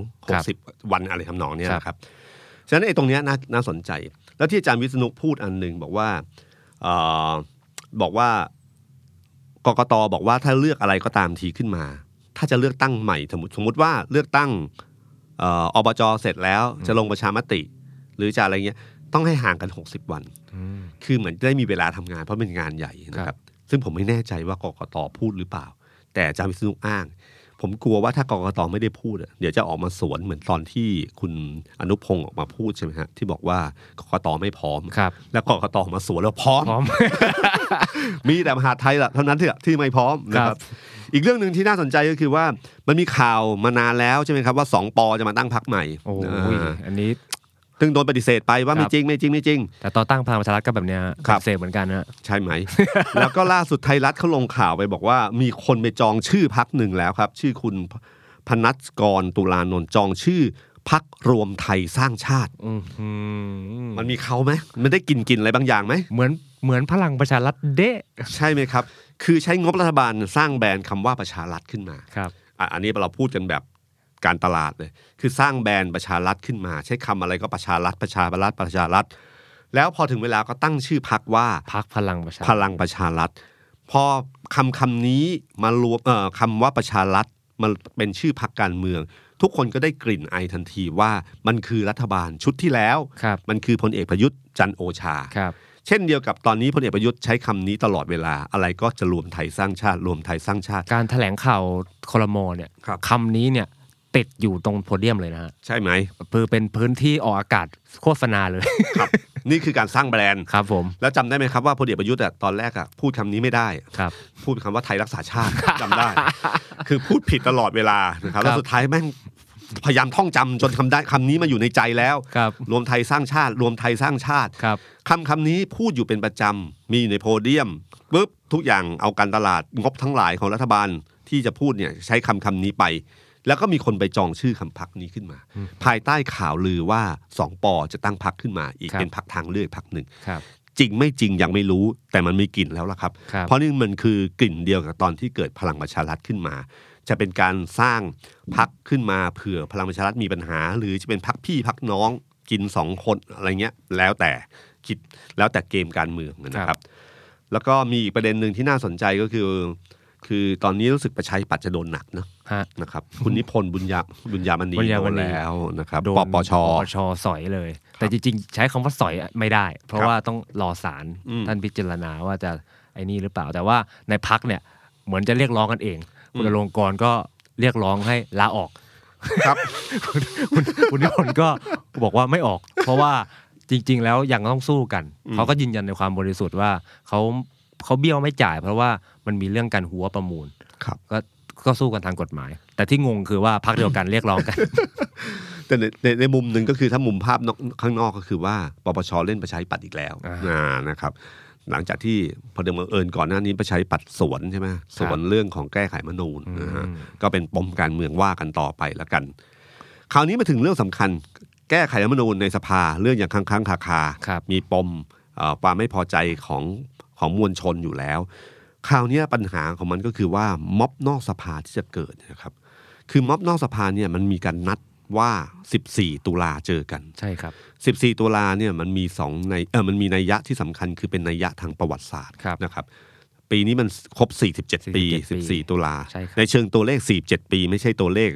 [SPEAKER 2] 60วันอะไรทำนองนี้นะครับฉะนั้นไอ้ตรงนี้น่าสนใจแล้วที่อาจารย์วิษณุพูดอันนึงบอกว่ากกต.บอกว่าถ้าเลือกอะไรก็ตามทีขึ้นมาถ้าจะเลือกตั้งใหม่สมมติว่าเลือกตั้งอบจ.เสร็จแล้วจะลงประชามติหรือจะอะไรเงี้ยต้องให้ห่างกัน60วันคือเหมือนได้มีเวลาทำงานเพราะเป็นงานใหญ่นะครับซึ่งผมไม่แน่ใจว่ากกต.พูดหรือเปล่าแต่อาจารย์วิษณุอ้างผมกลัวว่าถ้ากกต.ไม่ได้พูดเดี๋ยวจะออกมาสวนเหมือนตอนที่คุณอนุพงศ์ออกมาพูดใช่ไหมฮะที่บอกว่ากกต.ไม่พร้อมแล้วกกต.มาสวนแล้วพร้อม มีแต่มหาไทยเท่านั้นที่ไม่พร้อมนะครับอีกเรื่องนึงที่น่าสนใจก็คือว่ามันมีข่าวมานานแล้วใช่ไหมครับว่า2 ป.จะมาตั้งพรรคใหม่
[SPEAKER 4] อันนี้
[SPEAKER 2] ซึ่งโดนปฏิเสธไปว่าไม่จริง
[SPEAKER 4] แต่ต่อตั้งพลังประชารัฐก็แบบเนี้ยปฏิเสธเหมือนกันนะ
[SPEAKER 2] ใช่ไหม แล้วก็ล่าสุดไทยรัฐเขาลงข่าวไปบอกว่ามีคนไปจองชื่อพรรคหนึ่งแล้วครับชื่อคุณพนัสกรตุลานนท์จองชื่อพรรครวมไทยสร้างชาติมันมีเขาไหมมันได้กินอะไรบางอย่างไหม
[SPEAKER 4] เหมือนพลังประชารัฐเด้
[SPEAKER 2] ใช่ไหมครับคือใช้งบรัฐบาลสร้างแบรนด์คำว่าประชารัฐขึ้นมา
[SPEAKER 4] ครับ
[SPEAKER 2] อันนี้เราพูดกันแบบการตลาดเลยคือสร้างแบรนด์ประชารัฐขึ้นมาใช้คำอะไรก็ประชารัฐแล้วพอถึงเวลาก็ตั้งชื่อพรรคว่า
[SPEAKER 4] พรรคพลังประ
[SPEAKER 2] ชารัฐพอคำนี้มารวมคำว่าประชารัฐมันเป็นชื่อพรรคการเมืองทุกคนก็ได้กลิ่นไอทันทีว่ามันคือรัฐบาลชุดที่แล้วมันคือพลเอกประยุทธ์จันทร์โอชาเช่นเดียวกับตอนนี้พลเอกประยุทธ์ใช้คำนี้ตลอดเวลาอะไรก็จะรวมไทยสร้างชาติรวมไทยสร้างชาติ
[SPEAKER 4] การแถลงข่าวครม.เนี่ยคำนี้เนี่ยติดอยู่ตรงโพเดียมเลยนะฮะ
[SPEAKER 2] ใช่ไหม
[SPEAKER 4] เป็นพื้นที่ออกอากาศโฆษณาเลย
[SPEAKER 2] ครับนี่คือการสร้างแบรนด์
[SPEAKER 4] ครับผม
[SPEAKER 2] แล้วจำได้ไหมครับว่าพลเอกประยุทธ์ตอนแรกพูดคำนี้ไม่ได้
[SPEAKER 4] ครับ
[SPEAKER 2] พูดคำว่าไทยรักษาชาติจำได้ คือพูดผิดตลอดเวลานะครับแล้วสุดท้ายแม่งพยายามท่องจำจนคำนี้มาอยู่ในใจแล้วรวมไทยสร้างชาติรวมไทยสร้างชาติคำนี้พูดอยู่เป็นประจำมีอยู่ในโพเดียมปุ๊บทุกอย่างเอาการตลาดงบทั้งหลายของรัฐบาลที่จะพูดเนี่ยใช้คำนี้ไปแล้วก็มีคนไปจองชื่อคำพรรคนี้ขึ้นมาภายใต้ข่าวลือว่า2 ป.จะตั้งพรรคขึ้นมาอีกเป็นพรรคทางเลือกพรรคหนึ่งจริงไม่จริงยังไม่รู้แต่มันมีกลิ่นแล้วล่ะครับเพราะนี่มันคือกลิ่นเดียวกับตอนที่เกิดพลังประชารัฐขึ้นมาจะเป็นการสร้างพรรคขึ้นมาเผื่อพลังประชารัฐมีปัญหาหรือจะเป็นพรรคพี่พรรคน้องกิน2 คนอะไรเงี้ยแล้วแต่คิดแล้วแต่เกมการเมืองนะครับแล้วก็มีอีกประเด็นนึงที่น่าสนใจก็คือตอนนี้รู้สึกประชาธิปัตย์จะโดนหนักนะครับคุณนิพนธ์บุญญามณีโดนแล้วนะครับปปช.
[SPEAKER 4] สอยเลยแต่จริงๆใช้คำว่าสอยไม่ได้เพราะว่าต้องรอศาลท่านพิจารณาว่าจะไอ้นี่หรือเปล่าแต่ว่าในพรรคเนี่ยเหมือนจะเรียกร้องกันเองคุณอลงกรณ์ก็เรียกร้องให้ลาออก
[SPEAKER 2] ครับ
[SPEAKER 4] คุณนิพนธ์ก็บอกว่าไม่ออกเพราะว่าจริงๆแล้วยังต้องสู้กันเขาก็ยืนยันในความบริสุทธิ์ว่าเขาเบี้ยวไม่จ่ายเพราะว่ามันมีเรื่องการหัวประมูลก็สู้กันทางกฎหมายแต่ที่งงคือว่าพรรคเดียวกันเรียกร้องกัน
[SPEAKER 2] แต่ในมุมหนึ่งก็คือถ้ามุมภาพข้างนอกก็คือว่าปปช.เล่นประชาธิปัตย์อีกแล้วนะครับหลังจากที่พอเดิมเอิญก่อนหน้านี้ประชาธิปัตย์สวนใช่ไหมสวนเรื่องของแก้ไขรัฐธรรมนูญก็เป็นปมการเมืองว่ากันต่อไปแล้วกันคราวนี้มาถึงเรื่องสำคัญแก้ไขรัฐธรรมนูญในสภาเรื่องอย่างค้างคามีปมความไม่พอใจของมวลชนอยู่แล้วคราวนี้ปัญหาของมันก็คือว่าม็อบนอกสภาที่จะเกิดนะครับคือม็อบนอกสภาเนี่ยมันมีการนัดว่า14ตุลาเจอกัน
[SPEAKER 4] ใช่ครับ
[SPEAKER 2] 14ตุลาเนี่ยมันมีมันมีนัยยะที่สำคัญคือเป็นนัยยะทางประวัติศาสตร์นะครับปีนี้มันครบ47ปี14ตุลาในเชิงตัวเลข47ปีไม่ใช่ตัวเลข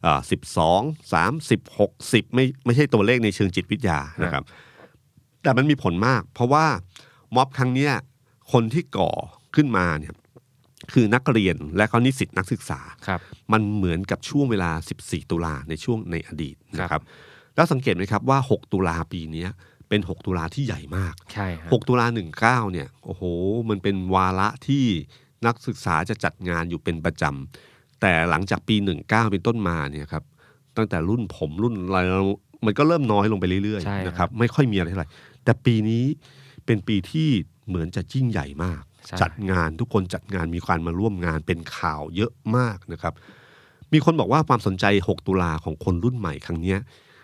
[SPEAKER 2] 12 30 60ไม่ใช่ตัวเลขในเชิงจิตวิทยานะครับแต่มันมีผลมากเพราะว่าม็อบครั้งนี้คนที่ก่อขึ้นมาเนี่ยคือนักเรียนและก็นิสิตนักศึกษามันเหมือนกับช่วงเวลา14ตุลาในช่วงในอดีตนะครับแล้วสังเกตไหมครับว่า6ตุลาปีนี้เป็น6ตุลาที่ใหญ่มาก
[SPEAKER 4] ใช่
[SPEAKER 2] 6ตุลา19เนี่ยโอ้โหมันเป็นวาระที่นักศึกษาจะจัดงานอยู่เป็นประจำแต่หลังจากปี19เป็นต้นมาเนี่ยครับตั้งแต่รุ่นผมรุ่นอะไรมันก็เริ่มน้อยลงไปเรื่อยๆนะครับไม่ค่อยมีอะไรเท่าไหร่แต่ปีนี้เป็นปีที่เหมือนจะยิ่งใหญ่มากจัดงานทุกคนจัดงานมีการมาร่วมงานเป็นข่าวเยอะมากนะครับมีคนบอกว่าความสนใจ6ตุลาของคนรุ่นใหม่ครั้งนี้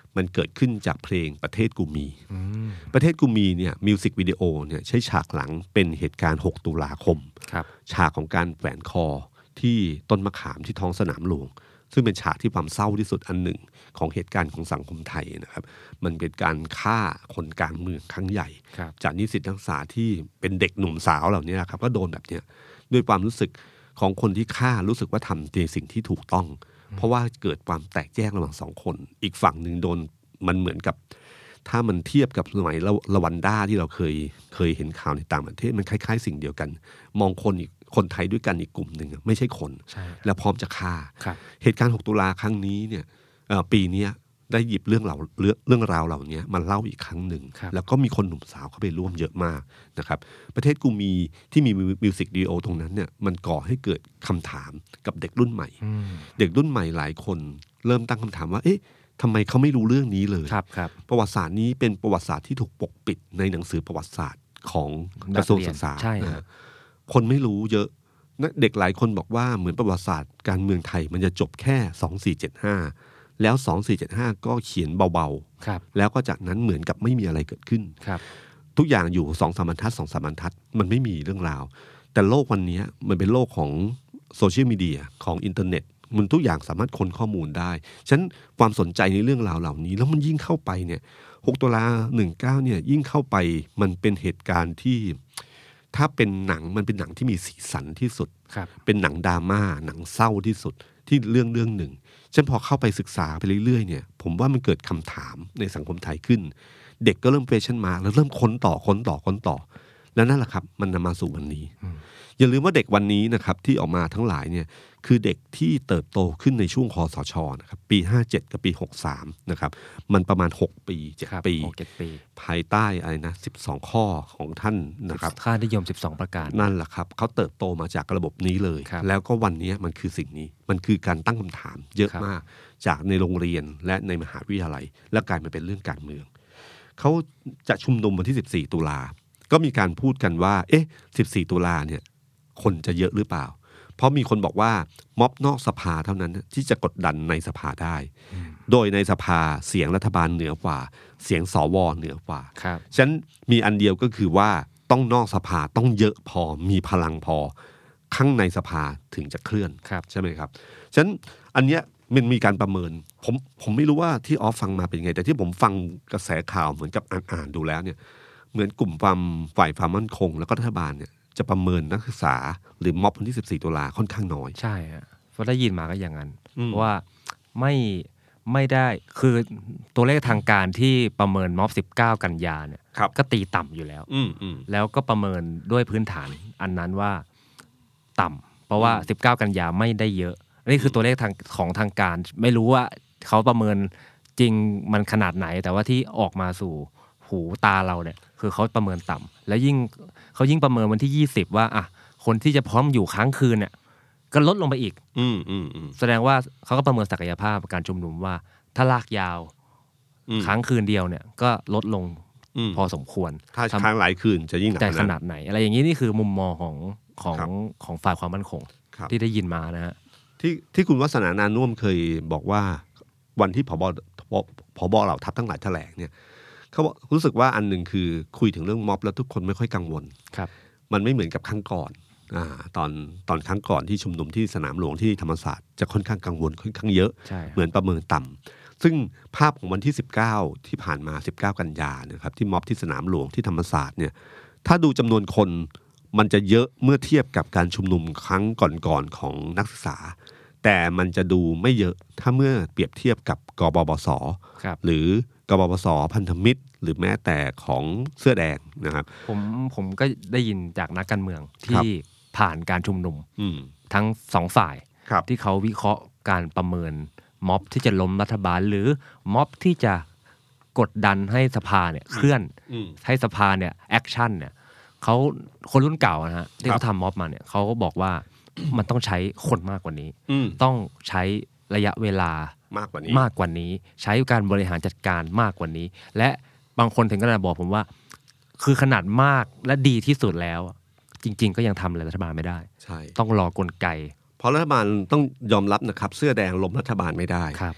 [SPEAKER 2] มันเกิดขึ้นจากเพลงประเทศกูมีประเทศกูมีเนี่ยมิวสิกวิดีโอเนี่ยใช้ฉากหลังเป็นเหตุการณ์6ตุลาคมฉากของการแขวนคอที่ต้นมะขามที่ท้องสนามหลวงซึ่งเป็นฉากที่ความเศร้าที่สุดอันหนึ่งของเหตุการณ์ของสังคมไทยนะครับมันเป็นการฆ่าคนกลางเมืองครั้งใหญ่จากนิสิตนักศึกษาที่เป็นเด็กหนุ่มสาวเหล่านี้ครับก็โดนแบบเนี้ยด้วยความรู้สึกของคนที่ฆ่ารู้สึกว่าทำในสิ่งที่ถูกต้องเพราะว่าเกิดความแตกแยกระหว่าง2คนอีกฝั่งหนึ่งโดนมันเหมือนกับถ้ามันเทียบกับสมัยละวันด้าที่เราเคยเห็นข่าวในต่างประเทศมันคล้ายๆสิ่งเดียวกันมองคนไทยด้วยกันอีกกลุ่มหนึ่งไม่ใช่คนแล้วพร้อมจะฆ่าเหตุการณ์6ตุลาครั้งนี้เนี่ยปีนี้ได้หยิบเรื่องราวเหล่านี้มาเล่าอีกครั้งหนึ่งแล้วก็มีคนหนุ่มสาวเข้าไปร่วมเยอะมากนะครับประเทศกูมีที่มีมิวสิกวิดีโอตรงนั้นเนี่ยมันก่อให้เกิดคำถามกับเด็กรุ่นใหม่เด็กรุ่นใหม่หลายคนเริ่มตั้งคำถามว่าเอ๊ะทำไมเขาไม่รู้เรื่องนี้เลยประวัติศาสตร์นี้เป็นประวัติศาสตร์ที่ถูกปกปิดในหนังสือประวัติศาสตร์ของกระทรวงศึกษาคนไม่รู้เยอะเด็กหลายคนบอกว่าเหมือนประวัติศาสตร์การเมืองไทยมันจะจบแค่2475แล้ว2475ก็เขียนเบาๆแล้วก็จากนั้นเหมือนกับไม่มีอะไรเกิดขึ้นทุกอย่างอยู่2-3 บรรทัด2-3 บรรทัดมันไม่มีเรื่องราวแต่โลกวันนี้มันเป็นโลกของโซเชียลมีเดียของอินเทอร์เน็ตมันทุกอย่างสามารถค้นข้อมูลได้ฉะนั้นความสนใจในเรื่องราวเหล่านี้แล้วมันยิ่งเข้าไปเนี่ย6ตุลา19เนี่ยยิ่งเข้าไปมันเป็นเหตุการณ์ที่ถ้าเป็นหนังมันเป็นหนังที่มีสีสันที่สุดเป็นหนังดราม่าหนังเศร้าที่สุดที่เรื่องหนึ่งฉันพอเข้าไปศึกษาไปเรื่อยๆเนี่ยผมว่ามันเกิดคำถามในสังคมไทยขึ้นเด็กก็เริ่มเฟชั่นมาแล้วเริ่มค้นต่อแล้วนั่นแหละครับมันนำมาสู่วันนี้อย่าลืมว่าเด็กวันนี้นะครับที่ออกมาทั้งหลายเนี่ยคือเด็กที่เติบโตขึ้นในช่วงคสช.นะครับปี57กับปี63นะครับมันประมาณ6ปี7ปีภายใต้อะไรนะ12ข้อของท่านนะครับ
[SPEAKER 4] ค่านิยม12ประการ
[SPEAKER 2] นั่นแหละครับเขาเติบโตมาจากระบบนี้เลยแล้วก็วันนี้มันคือสิ่งนี้มันคือการตั้งคำถามเยอะมากจากในโรงเรียนและในมหาวิทยาลัยและกลายมาเป็นเรื่องการเมืองเขาจะชุมนุมวันที่14ตุลาก็มีการพูดกันว่าเอ๊ะ14ตุลาเนี่ยคนจะเยอะหรือเปล่าเพราะมีคนบอกว่าม็อบนอกสภาเท่านั้นที่จะกดดันในสภาได้โดยในสภาเสียงรัฐบาลเหนือกว่าเสียงสวเหนือกว่าฉะนั้นมีอันเดียวก็คือว่าต้องนอกสภาต้องเยอะพอมีพลังพอข้างในสภาถึงจะเคลื่อนใช่ไหมครับฉะนั้นอันเนี้ยมันมีการประเมินผมไม่รู้ว่าที่ออฟฟังมาเป็นไงแต่ที่ผมฟังกระแสข่าวเหมือนกับอ่านดูแล้วเนี่ยเหมือนกลุ่มฝ่ายความมั่นคงแล้วก็รัฐบาลเนี่ยจะประเมินนักศึกษาหรือม็อบวันที่14ตุลาค่อนข้างน้อย
[SPEAKER 4] ใช่ฮะเพราะได้ยินมาก็อย่างนั้นว่าไม่ได้คือตัวเลขทางการที่ประเมินม็อบ19กันยาเนี่ยก็ตีต่ำอยู่แล้วแล้วก็ประเมินด้วยพื้นฐานอันนั้นว่าต่ำเพราะว่า19กันยาไม่ได้เยอะนี่คือตัวเลขของทางการไม่รู้ว่าเขาประเมินจริงมันขนาดไหนแต่ว่าที่ออกมาสู่หูตาเราเนี่ยคือเขาประเมินต่ำแล้วเขายิ่งประเมินวันที่20ว่าอ่ะคนที่จะพร้อมอยู่ค้างคืนเนี่ยก็ลดลงไปอีกแสดงว่าเขาก็ประเมินศักยภาพการชุมนุมว่าถ้าลากยาวค้างคืนเดียวเนี่ยก็ลดลงพอสมควร
[SPEAKER 2] ถ้าค้างหลายคืนจะยิ่งหนัก
[SPEAKER 4] ขนาดไหนอะไรอย่างนี้นี่คือมุมมองของฝ่ายความมั่นคงที่ได้ยินมานะฮะ
[SPEAKER 2] ที่คุณวัฒนานานุ่มเคยบอกว่าวันที่ผบเหล่าทัพทั้งหลายแถลงเนี่ยเขารู้สึกว่าอันหนึ่งคือคุยถึงเรื่องม็อบแล้วทุกคนไม่ค่อยกังวลมันไม่เหมือนกับครั้งก่อนตอนครั้งก่อนที่ชุมนุมที่สนามหลวงที่ธรรมศาสตร์จะค่อนข้างกังวลค่อนข้างเยอะเหมือนประเมินต่ำซึ่งภาพของวันที่19ที่ผ่านมา19กันยานะครับที่ม็อบที่สนามหลวงที่ธรรมศาสตร์เนี่ยถ้าดูจำนวนคนมันจะเยอะเมื่อเทียบกับการชุมนุมครั้งก่อนๆของนักศึกษาแต่มันจะดูไม่เยอะถ้าเมื่อเปรียบเทียบกับกบปส.หรือกบปส.พันธมิตรหรือแม้แต่ของเสื้อแดงนะครับ
[SPEAKER 4] ผมก็ได้ยินจากนักการเมืองที่ผ่านการชุมนุมทั้งสองฝ่ายที่เขาวิเคราะห์การประเมินม็อบที่จะล้มรัฐบาลหรือม็อบที่จะกดดันให้สภาเนี่ยเคลื่อนให้สภาเนี่ยแอคชั่นเนี่ยเขาคนรุ่นเก่านะฮะที่เขาทำม็อบมาเนี่ยเขาก็บอกว่ามันต้องใช้คนมากกว่านี้ต้องใช้ระยะเวลามากกว่านี้ใช้การบริหารจัดการมากกว่านี้และบางคนถึงขนาดบอกผมว่าคือขนาดมากและดีที่สุดแล้วจริงๆก็ยังทำอะไรรัฐบาลไม่ได้ต้องรอกลไก
[SPEAKER 2] เพราะรัฐบาลต้องยอมรับนะครับเสื้อแดงล้มรัฐบาลไม่ได้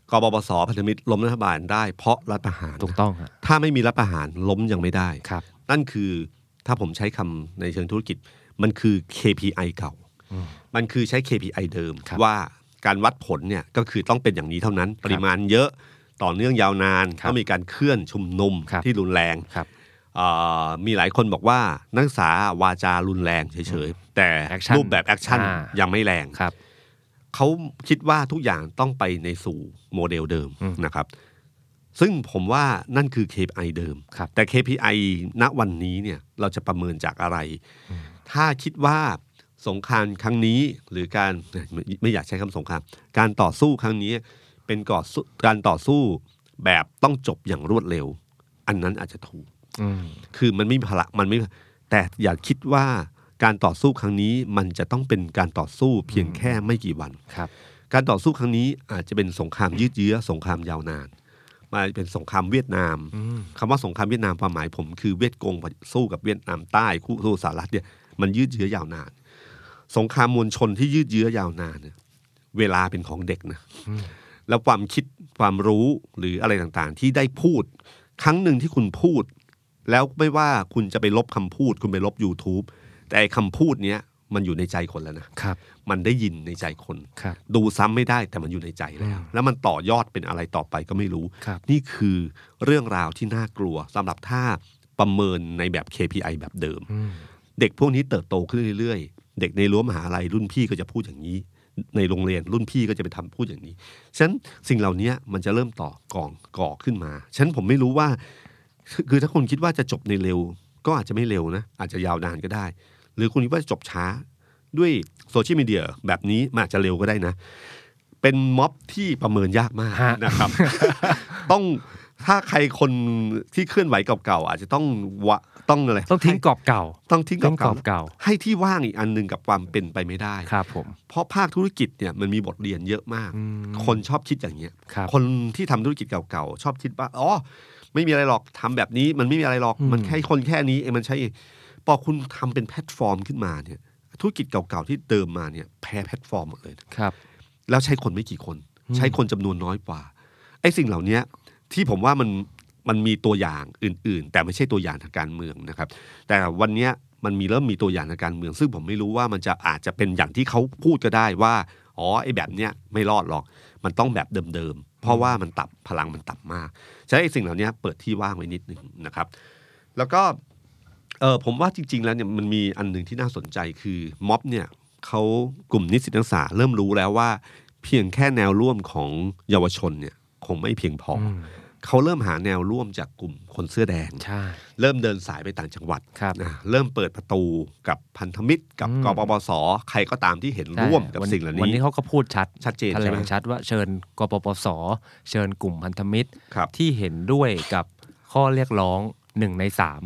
[SPEAKER 2] กปปส.พันธมิตรล้มรัฐบาลได้เพราะรัฐประหาร
[SPEAKER 4] ถูกต้องครับ
[SPEAKER 2] ถ้าไม่มีรัฐประหารล้มยังไม่ได้
[SPEAKER 4] ครับ
[SPEAKER 2] นั่นคือถ้าผมใช้คำในเชิงธุรกิจมันคือ KPI เก่ามันคือใช้ KPI เดิมว่าการวัดผลเนี่ยก็คือต้องเป็นอย่างนี้เท่านั้นปริมาณเยอะต่อเนื่องยาวนานต้องมีการเคลื่อนชุมนุมที่รุนแรงมีหลายคนบอกว่านักศึกษาวาจารุนแรงเฉยๆแต่รูปแบบแอคชั่นยังไม่แรงเขาคิดว่าทุกอย่างต้องไปในสู่โมเดลเดิมนะครับซึ่งผมว่านั่นคือ KPI เดิมแต่ KPI ณวันนี้เนี่ยเราจะประเมินจากอะไรถ้าคิดว่าสงครามครั้งนี้หรือการไม่อยากใช้คำสงครามการต่อสู้ครั้งนี้เป็นการต่อสู้แบบต้องจบอย่างรวดเร็วอันนั้นอาจจะถูกคือมันไม่พละมันไม่แต่อย่าคิดว่าการต่อสู้ครั้งนี้มันจะต้องเป็นการต่อสู้เพียงแค่ไม่กี่วันการต่อสู้ครั้งนี้อาจจะเป็นสงครามยืดเยื้อสงครามยาวนานมาเป็นสงครามเวียดนามคำว่าสงครามเวียดนามความหมายผมคือเวียดกงสู้กับเวียดนามใต้คู่สู้สหรัฐเนี่ยมันยืดเยื้อยาวนานสงครามมวลชนที่ยืดเยื้อยาวนานเนี่ยเวลาเป็นของเด็กนะแล้วความคิดความรู้หรืออะไรต่างๆที่ได้พูดครั้งหนึ่งที่คุณพูดแล้วไม่ว่าคุณจะไปลบคำพูดคุณไปลบ YouTube แต่คำพูดเนี้ยมันอยู่ในใจคนแล้วนะครับมันได้ยินในใจคนดูซ้ำไม่ได้แต่มันอยู่ในใจแล้วมันต่อยอดเป็นอะไรต่อไปก็ไม่รู้นี่คือเรื่องราวที่น่ากลัวสำหรับถ้าประเมินในแบบ KPI แบบเดิมเด็กพวกนี้เติบโตขึ้นเรื่อยๆเด็กในรั้วมหาลัยรุ่นพี่ก็จะพูดอย่างนี้ในโรงเรียนรุ่นพี่ก็จะไปทำพูดอย่างนี้ฉะนั้นสิ่งเหล่านี้มันจะเริ่มก่อขึ้นมาฉะนั้นผมไม่รู้ว่าคือถ้าคุณคิดว่าจะจบในเร็วก็อาจจะไม่เร็วนะอาจจะยาวนานก็ได้หรือคุณคิดว่าจะจบช้าด้วยโซเชียลมีเดียแบบนี้มันอาจจะเร็วก็ได้นะเป็นม็อบที่ประเมินยากมากนะครับ ต้องถ้าใครคนที่เคลื่อนไหวเก่าๆอาจจะต้องอะไร
[SPEAKER 4] ต้องทิ้งกรอบเก่า
[SPEAKER 2] ต้องทิ้งกรอบเก่าให้ที่ว่างอีกอันนึงกับความเป็นไปไม่ได้
[SPEAKER 4] ครับผม
[SPEAKER 2] เพราะภาคธุรกิจเนี่ยมันมีบทเรียนเยอะมากคนชอบคิดอย่างเงี้ยคนที่ทำธุรกิจเก่าๆชอบคิดว่าอ๋อไม่มีอะไรหรอกทำแบบนี้มันไม่มีอะไรหรอกมันแค่คนแค่นี้เองมันใช่พอคุณทำเป็นแพลตฟอร์มขึ้นมาเนี่ยธุรกิจเก่าๆที่เดิมมาเนี่ยแพ้แพลตฟอร์มหมดเลย
[SPEAKER 4] ครับ
[SPEAKER 2] แล้วใช้คนไม่กี่คนใช้คนจำนวนน้อยกว่าไอ้สิ่งเหล่านี้ที่ผมว่ามันมีตัวอย่างอื่นๆแต่ไม่ใช่ตัวอย่างทางการเมืองนะครับแต่วันนี้มันเริ่มมีตัวอย่างทางการเมืองซึ่งผมไม่รู้ว่ามันจะอาจจะเป็นอย่างที่เขาพูดก็ได้ว่าอ๋อไอ้แบบเนี้ยไม่รอดหรอกมันต้องแบบเดิมๆเพราะว่ามันพลังมันต่ำมากฉะนั้นไอ้สิ่งเหล่านี้เปิดที่ว่างไว้นิดนึงนะครับแล้วก็ผมว่าจริงๆแล้วเนี่ยมันมีอันหนึ่งที่น่าสนใจคือม็อบเนี่ยเขากลุ่มนิสิตนักศึกษาเริ่มรู้แล้วว่าเพียงแค่แนวร่วมของเยาวชนเนี่ยคงไม่เพียงพอเขาเริ่มหาแนวร่วมจากกลุ่มคนเสื้อแดงเริ่มเดินสายไปต่างจังหวัดเริ่มเปิดประตูกับพันธมิตรกับกปปส.ใครก็ตามที่เห็นร่วมกับสิ่งเหล่านี้
[SPEAKER 4] วันนี้เขาก็พูดชัด
[SPEAKER 2] เจน
[SPEAKER 4] แถลงชัดว่าเชิญกปปส.เชิญกลุ่มพันธมิตรที่เห็นด้วยกับข้อเรียกร้อง1 ใน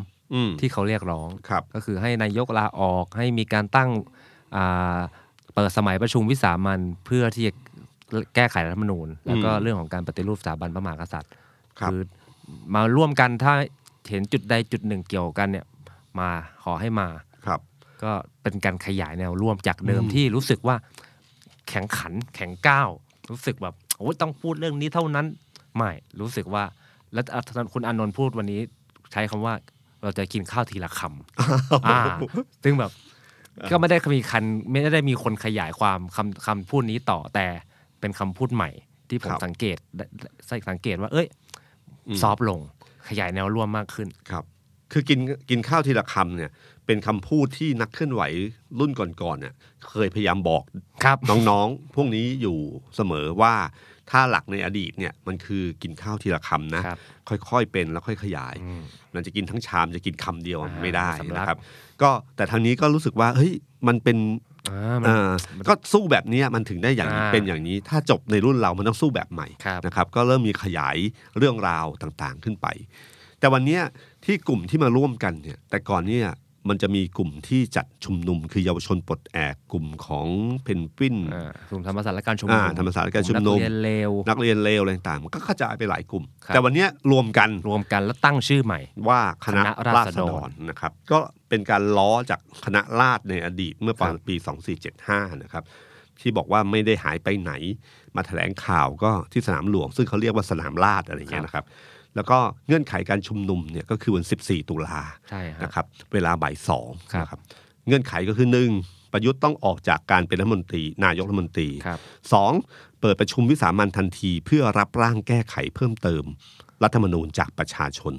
[SPEAKER 4] 3ที่เขาเรียกร้องก็คือให้นายกลาออกให้มีการตั้งเปิดสมัยประชุมวิสามัญเพื่อที่จะแก้ไขรัฐธรรมนูญแล้วก็เรื่องของการปฏิรูปสถาบันพระมหากษัตริย์คือมาร่วมกันถ้าเห็นจุดใดจุดหนึ่งเกี่ยวกันเนี่ยมาขอให้มาก็เป็นการขยายแนวร่วมจากเดิมที่รู้สึกว่าแข็งขันแข็งก้าวรู้สึกแบบโอ้ต้องพูดเรื่องนี้เท่านั้นไม่รู้สึกว่าแล้วคุณอานนท์พูดวันนี้ใช้คำว่าเราจะกินข้าวทีละคำซึ่งแบบก็ไม่ได้มีคนขยายความคำพูดนี้ต่อแต่เป็นคำพูดใหม่ที่ผมสังเกตว่าซอฟลงขยายแนวร่วมมากขึ้น
[SPEAKER 2] ครับคือกินข้าวทีละคำเนี่ยเป็นคำพูดที่นักเคลื่อนไหวรุ่นก่อนๆเนี่ยเคยพยายามบอกน้องๆพวกนี้อยู่เสมอว่าถ้าหลักในอดีตเนี่ยมันคือกินข้าวทีละคำนะค่อยๆเป็นแล้วค่อยขยายมันจะกินทั้งชามจะกินคำเดียวไม่ได้นะครับก็แต่ทางนี้ก็รู้สึกว่าเฮ้ยมันเป็นก็สู้แบบนี้มันถึงได้อย่างนี้เป็นอย่างนี้ถ้าจบในรุ่นเรามันต้องสู้แบบใหม่นะครับก็เริ่มมีขยายเรื่องราวต่างๆขึ้นไปแต่วันนี้ที่กลุ่มที่มาร่วมกันเนี่ยแต่ก่อนเนี่ยมันจะมีกลุ่มที่จัดชุมนุมคือเยาวชนปลดแอกกลุ่มของเพนกวิน
[SPEAKER 4] กลุ่มธรรมศาสตร์และการชุมนุม
[SPEAKER 2] ธรรมศาสตร์และการชุมนุมนักเรียนเลวอะไรต่างๆมันก็กระจายไปหลายกลุ่มแต่วันนี้รวมกัน
[SPEAKER 4] แล้วตั้งชื่อใหม่
[SPEAKER 2] ว่าคณะราษฎรนะครับก็เป็นการล้อจากคณะราษฎรในอดีตเมื่อปี2475นะครับที่บอกว่าไม่ได้หายไปไหนมาแถลงข่าวก็ที่สนามหลวงซึ่งเขาเรียกว่าสนามราษฎร์อะไรอย่างเงี้ยนะครับแล้วก็เงื่อนไขการชุมนุมเนี่ยก็คือวัน14 ตุลานะครับเวลาบ่าย 2นะครับเงื่อนไขก็คือ1ประยุทธ์ต้องออกจากการเป็นรัฐมนตรีนายกรัฐมนตรี2เปิดประชุมวิสามัญทันทีเพื่อรับร่างแก้ไขเพิ่มเติมรัฐธรรมนูญจากประชาชน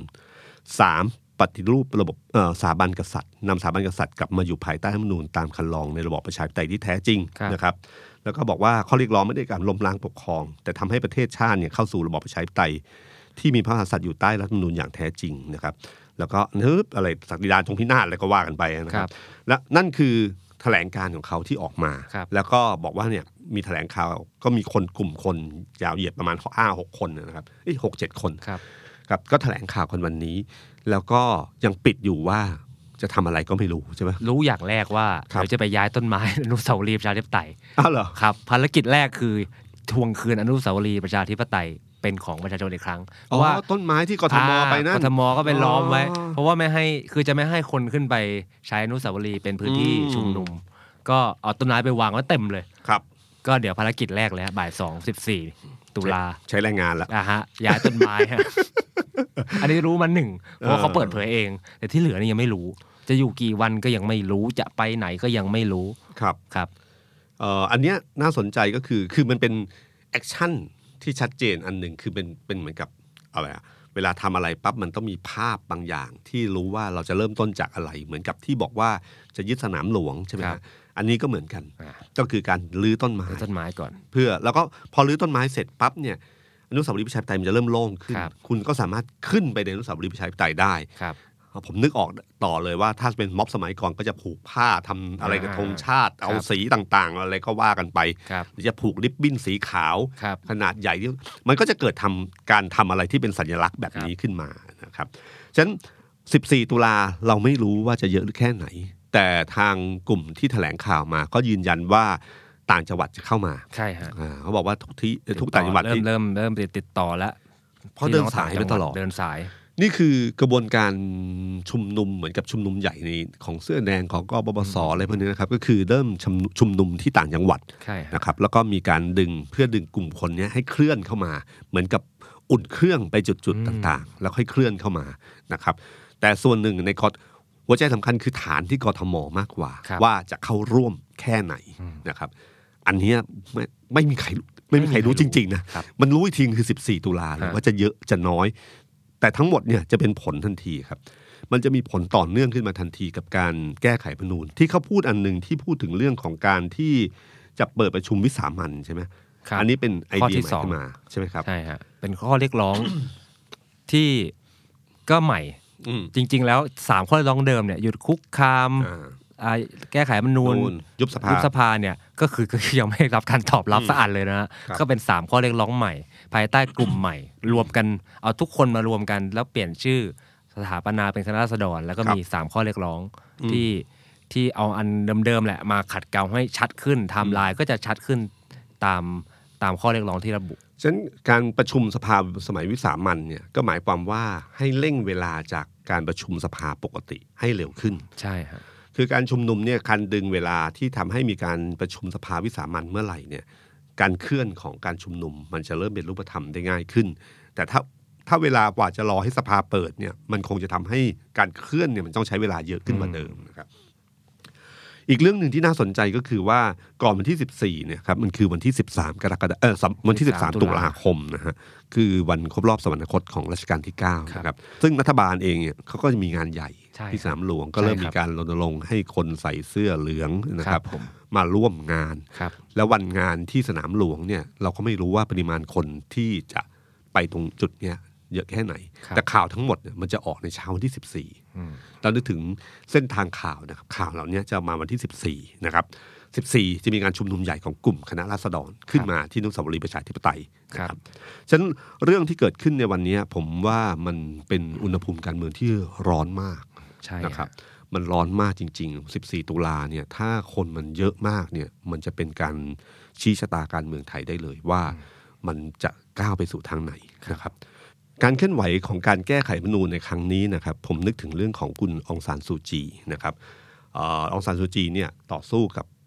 [SPEAKER 2] 3ปฏิรูประบบสถาบันกษัตริย์นำสถาบันกษัตริย์กลับมาอยู่ภายใต้รัฐธรรมนูญตามคันลองในระบอบประชาธิปไตยที่แท้จริงนะครับแล้วก็บอกว่าข้อเรียกร้องไม่ได้การล้มล้างปกครองแต่ทำให้ประเทศชาติเนี่ยเข้าสู่ระบอบประชาธิปไตยที่มีพระมหากษัตริย์อยู่ใต้รัฐธรรมนูญอย่างแท้จริงนะครับแล้วก็อะไรศักดินาถจงพินาศอะไรก็ว่ากันไปนะครับและนั่นคือแถลงการของเขาที่ออกมาแล้วก็บอกว่าเนี่ยมีแถลงข่าวก็มีคนกลุ่มคนยาวเหยียดประมาณ5-6 คนนะครับ6-7 คนครับก็แถลงข่าวกันวันนี้แล้วก็ยังปิดอยู่ว่าจะทำอะไรก็ไม่รู้ใช่ไหม
[SPEAKER 4] รู้อย่างแรกว่าเดี๋ยวจะไปย้ายต้นไม้อนุสาวรีย์ประชาธิปไตย
[SPEAKER 2] เหรอ
[SPEAKER 4] ครับภารกิจแรกคือทวงคืนอนุสาวรีย์ประชาธิปไตยเป็นของประชาชนอีกครั้ง
[SPEAKER 2] เพราะว่าต้นไม้ที่กทมไปนั่น
[SPEAKER 4] กทมก็ไปล้อมไว้เพราะว่าไม่ให้คือจะไม่ให้คนขึ้นไปใช้อนุสาวรีย์เป็นพื้นที่ชุมนุมก็เอาต้นไม้ไปวางไว้เต็มเลย
[SPEAKER 2] ครับ
[SPEAKER 4] ก็เดี๋ยวภารกิจแรกเลยบ่าย 2 14 ตุลา
[SPEAKER 2] ใช้แรงงานแล้ว
[SPEAKER 4] ย้ายต้นไม้ฮะอันนี้รู้มา1เพราะเขาเปิดเผยเองแต่ที่เหลือนี่ยังไม่รู้จะอยู่กี่วันก็ยังไม่รู้จะไปไหนก็ยังไม่รู้
[SPEAKER 2] ครับอันเนี้ยน่าสนใจก็คือมันเป็นแอคชั่นที่ชัดเจนอันหนึ่งคือเป็นเหมือนกับอะไรอะเวลาทำอะไรปั๊บมันต้องมีภาพบางอย่างที่รู้ว่าเราจะเริ่มต้นจากอะไรเหมือนกับที่บอกว่าจะยึดสนามหลวงใช่ไหมครับอันนี้ก็เหมือนกันก็คือการรื้อต้นไม้
[SPEAKER 4] ก่อน
[SPEAKER 2] เพื่อแล้วก็พอรื้อต้นไม้เสร็จปั๊บเนี่ยอนุสาวรีย์ประชาธิปไตยมันจะเริ่มโล่งขึ้นคุณก็สามารถขึ้นไปในอนุสาวรีย์ประชาธิปไตยได้ผมนึกออกต่อเลยว่าถ้าเป็นม็อบสมัยก่อนก็จะผูกผ้าทำอะไรกับธงชาติเอาสีต่างๆอะไรก็ว่ากันไปหรือจะผูกริบบิ้นสีขาวขนาดใหญ่ที่มันก็จะเกิดการทำอะไรที่เป็นสัญลักษณ์แบบนี้ขึ้นมานะครับฉะนั้น14 ตุลาเราไม่รู้ว่าจะเยอะหรือแค่ไหนแต่ทางกลุ่มที่แถลงข่าวมาก็ยืนยันว่าต่างจังหวัดจะเข้ามา
[SPEAKER 4] ใช่ฮะ
[SPEAKER 2] เขาบอกว่าทุกต่างจังหวัด
[SPEAKER 4] เริ่มติดต่อแล้ว
[SPEAKER 2] เพราะเดินสายไปตลอด
[SPEAKER 4] เดินสาย
[SPEAKER 2] นี่คือกระบวนการชุมนุมเหมือนกับชุมนุมใหญ่ในของเสื้อแดงของกปปสอะไรพวกนี้นะครับก็คือเริ่มชุมนุมที่ต่างจังหวัดนะครับแล้วก็มีการเพื่อดึงกลุ่มคนนี้ให้เคลื่อนเข้ามาเหมือนกับอุ่นเครื่องไปจุดๆต่างๆแล้วค่อยเคลื่อนเข้ามานะครับแต่ส่วนหนึ่งในหัวใจสำคัญคือฐานที่กทมมากกว่าว่าจะเข้าร่วมแค่ไหนนะครับอันนี้ไม่มีใครรู้จริงๆนะมันรู้อีกทีคือ14 ตุลาว่าจะเยอะจะน้อยแต่ทั้งหมดเนี่ยจะเป็นผลทันทีครับมันจะมีผลต่อเนื่องขึ้นมาทันทีกับการแก้ไขรัฐธรรมนูญที่เขาพูดอันนึงที่พูดถึงเรื่องของการที่จะเปิดประชุมวิสามัญใช่ไหมอันนี้เป็นไอเดียใหม่ขึ้นมาใช่ไหมครับ
[SPEAKER 4] ใช่ฮะเป็นข้อเรียกร้องที่ก็ใหม่จริงๆแล้ว3ข้อเรียกร้องเดิมเนี่ยหยุดคุกคามแก้ไขรัฐธรรมนูญ
[SPEAKER 2] ยุบสภา
[SPEAKER 4] เนี่ยก็คือยังไม่รับการตอบรับสักอันเลยนะก็เป็น3ข้อเรียกร้องใหม่ภายใต้กลุ่มใหม่รวมกันเอาทุกคนมารวมกันแล้วเปลี่ยนชื่อสถาปนาเป็นคณะราษฎรแล้วก็มี3ข้อเรียกร้องที่เอาอันเดิมๆแหละมาขัดเกลาให้ชัดขึ้นไทม์ไลน์ก็จะชัดขึ้นตามข้อเรียกร้องที่ระบุ
[SPEAKER 2] ฉะนั้นการประชุมสภาสมัยวิสามัญเนี่ยก็หมายความว่าให้เร่งเวลาจากการประชุมสภาปกติให้เร็วขึ้น
[SPEAKER 4] ใช่ครับ
[SPEAKER 2] คือการชุมนุมเนี่ยการดึงเวลาที่ทำให้มีการประชุมสภาวิสามัญเมื่อไหร่เนี่ยการเคลื่อนของการชุมนุมมันจะเริ่มเป็นรูปธรรมได้ง่ายขึ้นแต่ถ้าเวลากว่าจะรอให้สภาเปิดเนี่ยมันคงจะทำให้การเคลื่อนเนี่ยมันต้องใช้เวลาเยอะขึ้นกว่าเดิมนะครับอีกเรื่องหนึ่งที่น่าสนใจก็คือว่าก่อนวันที่14เนี่ยครับมันคือวันที่13 กรกฎาคมวันที่13 ตุลาคมนะฮะคือวันครบรอบสวรรคตของรัชกาลที่9นะครับซึ่งรัฐบาลเองเนี่ยเขาก็จะมีงานใหญ่ที่สนามหลวงก็เริ่มมีการรณรงค์ให้คนใส่เสื้อเหลืองนะครับมาร่วมงานแล้ววันงานที่สนามหลวงเนี่ยเราก็ไม่รู้ว่าปริมาณคนที่จะไปตรงจุดเนี้ยเยอะแค่ไหนแต่ข่าวทั้งหมดเนี่ยมันจะออกในเช้าวันที่14เรานึกถึงเส้นทางข่าวนะครับข่าวเหล่านี้จะมาวันที่14นะครับ14จะมีการชุมนุมใหญ่ของกลุ่มคณะราษฎรขึ้นมาที่อนุสาวรีย์ประชาธิปไตยนะครับฉะนั้นเรื่องที่เกิดขึ้นในวันนี้ผมว่ามันเป็นอุณหภูมิการเมืองที่ร้อนมากนะครับมันร้อนมากจริงๆ14 ตุลาเนี่ยถ้าคนมันเยอะมากเนี่ยมันจะเป็นการชี้ชะตาการเมืองไทยได้เลยว่ามันจะก้าวไปสู่ทางไหนนะครับการเคลื่อนไหวของการแก้ไขรัฐธรรมนูญในครั้งนี้นะครับผมนึกถึงเรื่องของคุณองซานซูจีนะครับองซานซูจีเนี่ยต่อสู้กับ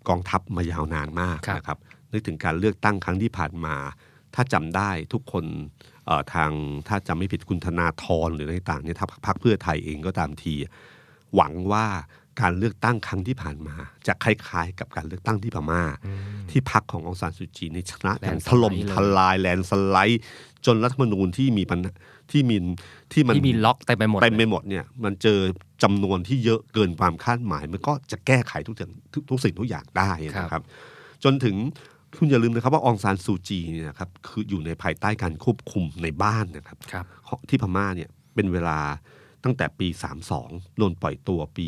[SPEAKER 2] กองทัพมายาวนานมากนะครับนึกถึงการเลือกตั้งครั้งที่ผ่านมาถ้าจำได้ทุกคนทางถ้าจำไม่ผิดคุณธนาธรหรืออะไรต่างเนี่ยถ้าพรรคเพื่อไทยเองก็ตามทีหวังว่าการเลือกตั้งครั้งที่ผ่านมาจะคล้ายๆกับการเลือกตั้งที่พม่าที่พรรคขององซานซูจีในชนะอย่างถล่มทลายแลนสไลด์จนรัฐธรรมนูญที่มีปัญหาที่มี
[SPEAKER 4] ล็อกเต็มไปหมด
[SPEAKER 2] เนี่ยมันเจอจำนวนที่เยอะเกินความคาดหมายมันก็จะแก้ไขทุกสิ่งทุกอย่างได้นะครับจนถึงคุณอย่าลืมนะครับว่าองซานซูจีเนี่ยนะครับคืออยู่ในภายใต้การควบคุมในบ้านนะครับที่พม่าเนี่ยเป็นเวลาตั้งแต่ปี32โดนปล่อยตัวปี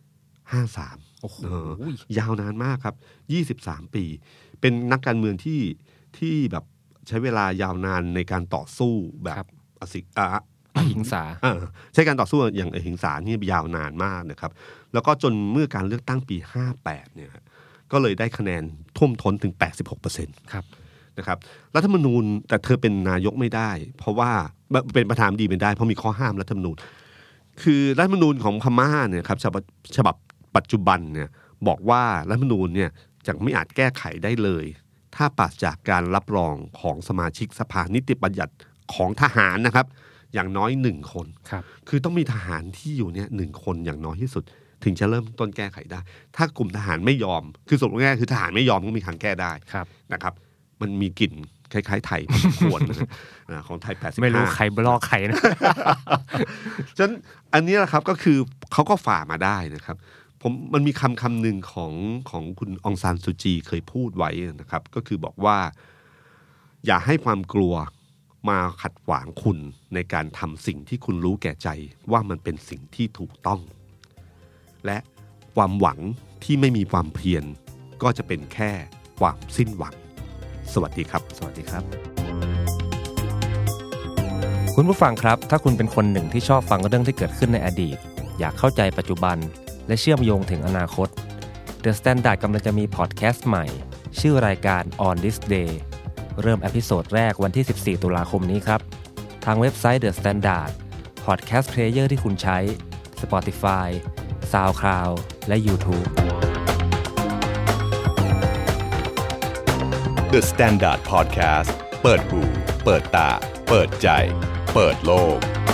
[SPEAKER 2] 53
[SPEAKER 4] โอ้โห
[SPEAKER 2] ยาวนานมากครับ23ปีเป็นนักการเมืองที่แบบใช้เวลายาวนานในการต่อสู้แบบอหิ
[SPEAKER 4] งสา
[SPEAKER 2] ใช้การต่อสู้อย่างอหิงสานี่ยาวนานมากนะครับแล้วก็จนเมื่อการเลือกตั้งปี58เนี่ยก็เลยได้คะแนนท่วมท้นถึง 86%
[SPEAKER 4] ครับ
[SPEAKER 2] นะครับรัฐธรรมนูญแต่เธอเป็นนายกไม่ได้เพราะว่าเป็นประธานาธิบดีไม่ได้เพราะมีข้อห้ามรัฐธรรมนูญคือรัฐธรรมนูญของพม่าเนี่ยครับฉบับปัจจุบันเนี่ยบอกว่ารัฐธรรมนูญเนี่ยจะไม่อาจแก้ไขได้เลยถ้าปราศจากการรับรองของสมาชิกสภานิติบัญญัติของทหารนะครับอย่างน้อย1คนคือต้องมีทหารที่อยู่เนี่ย1คนอย่างน้อยที่สุดถึงจะเริ่มต้นแก้ไขได้ถ้ากลุ่มทหารไม่ยอมคือสรุปง่ายๆคือทหารไม่ยอมก็มีทางแก้ได้นะครับมันมีกลิ่นคล้ายๆไทยพอสมควรของไทย85
[SPEAKER 4] ไม่รู้ใครบล็อกใครนะ
[SPEAKER 2] ฉะนั้นอันนี้แหละครับก็คือเขาก็ฝ่ามาได้นะครับมันมีคำหนึ่งของคุณองซานซูจีเคยพูดไว้นะครับก็คือบอกว่าอย่าให้ความกลัวมาขัดขวางคุณในการทำสิ่งที่คุณรู้แก่ใจว่ามันเป็นสิ่งที่ถูกต้องและความหวังที่ไม่มีความเพียรก็จะเป็นแค่ความสิ้นหวังสวัสดีครับ
[SPEAKER 4] สวัสดีครับคุณผู้ฟังครับถ้าคุณเป็นคนหนึ่งที่ชอบฟังเรื่องที่เกิดขึ้นในอดีตอยากเข้าใจปัจจุบันและเชื่อมโยงถึงอนาคต The Standard กำลังจะมีพอดแคสต์ใหม่ชื่อรายการ On This Day เริ่มเอพิโซดแรกวันที่14ตุลาคมนี้ครับทางเว็บไซต์ The Standard Podcast Player ที่คุณใช้ Spotify SoundCloud และ YouTube
[SPEAKER 1] The Standard Podcast เปิดหูเปิดตาเปิดใจเปิดโลก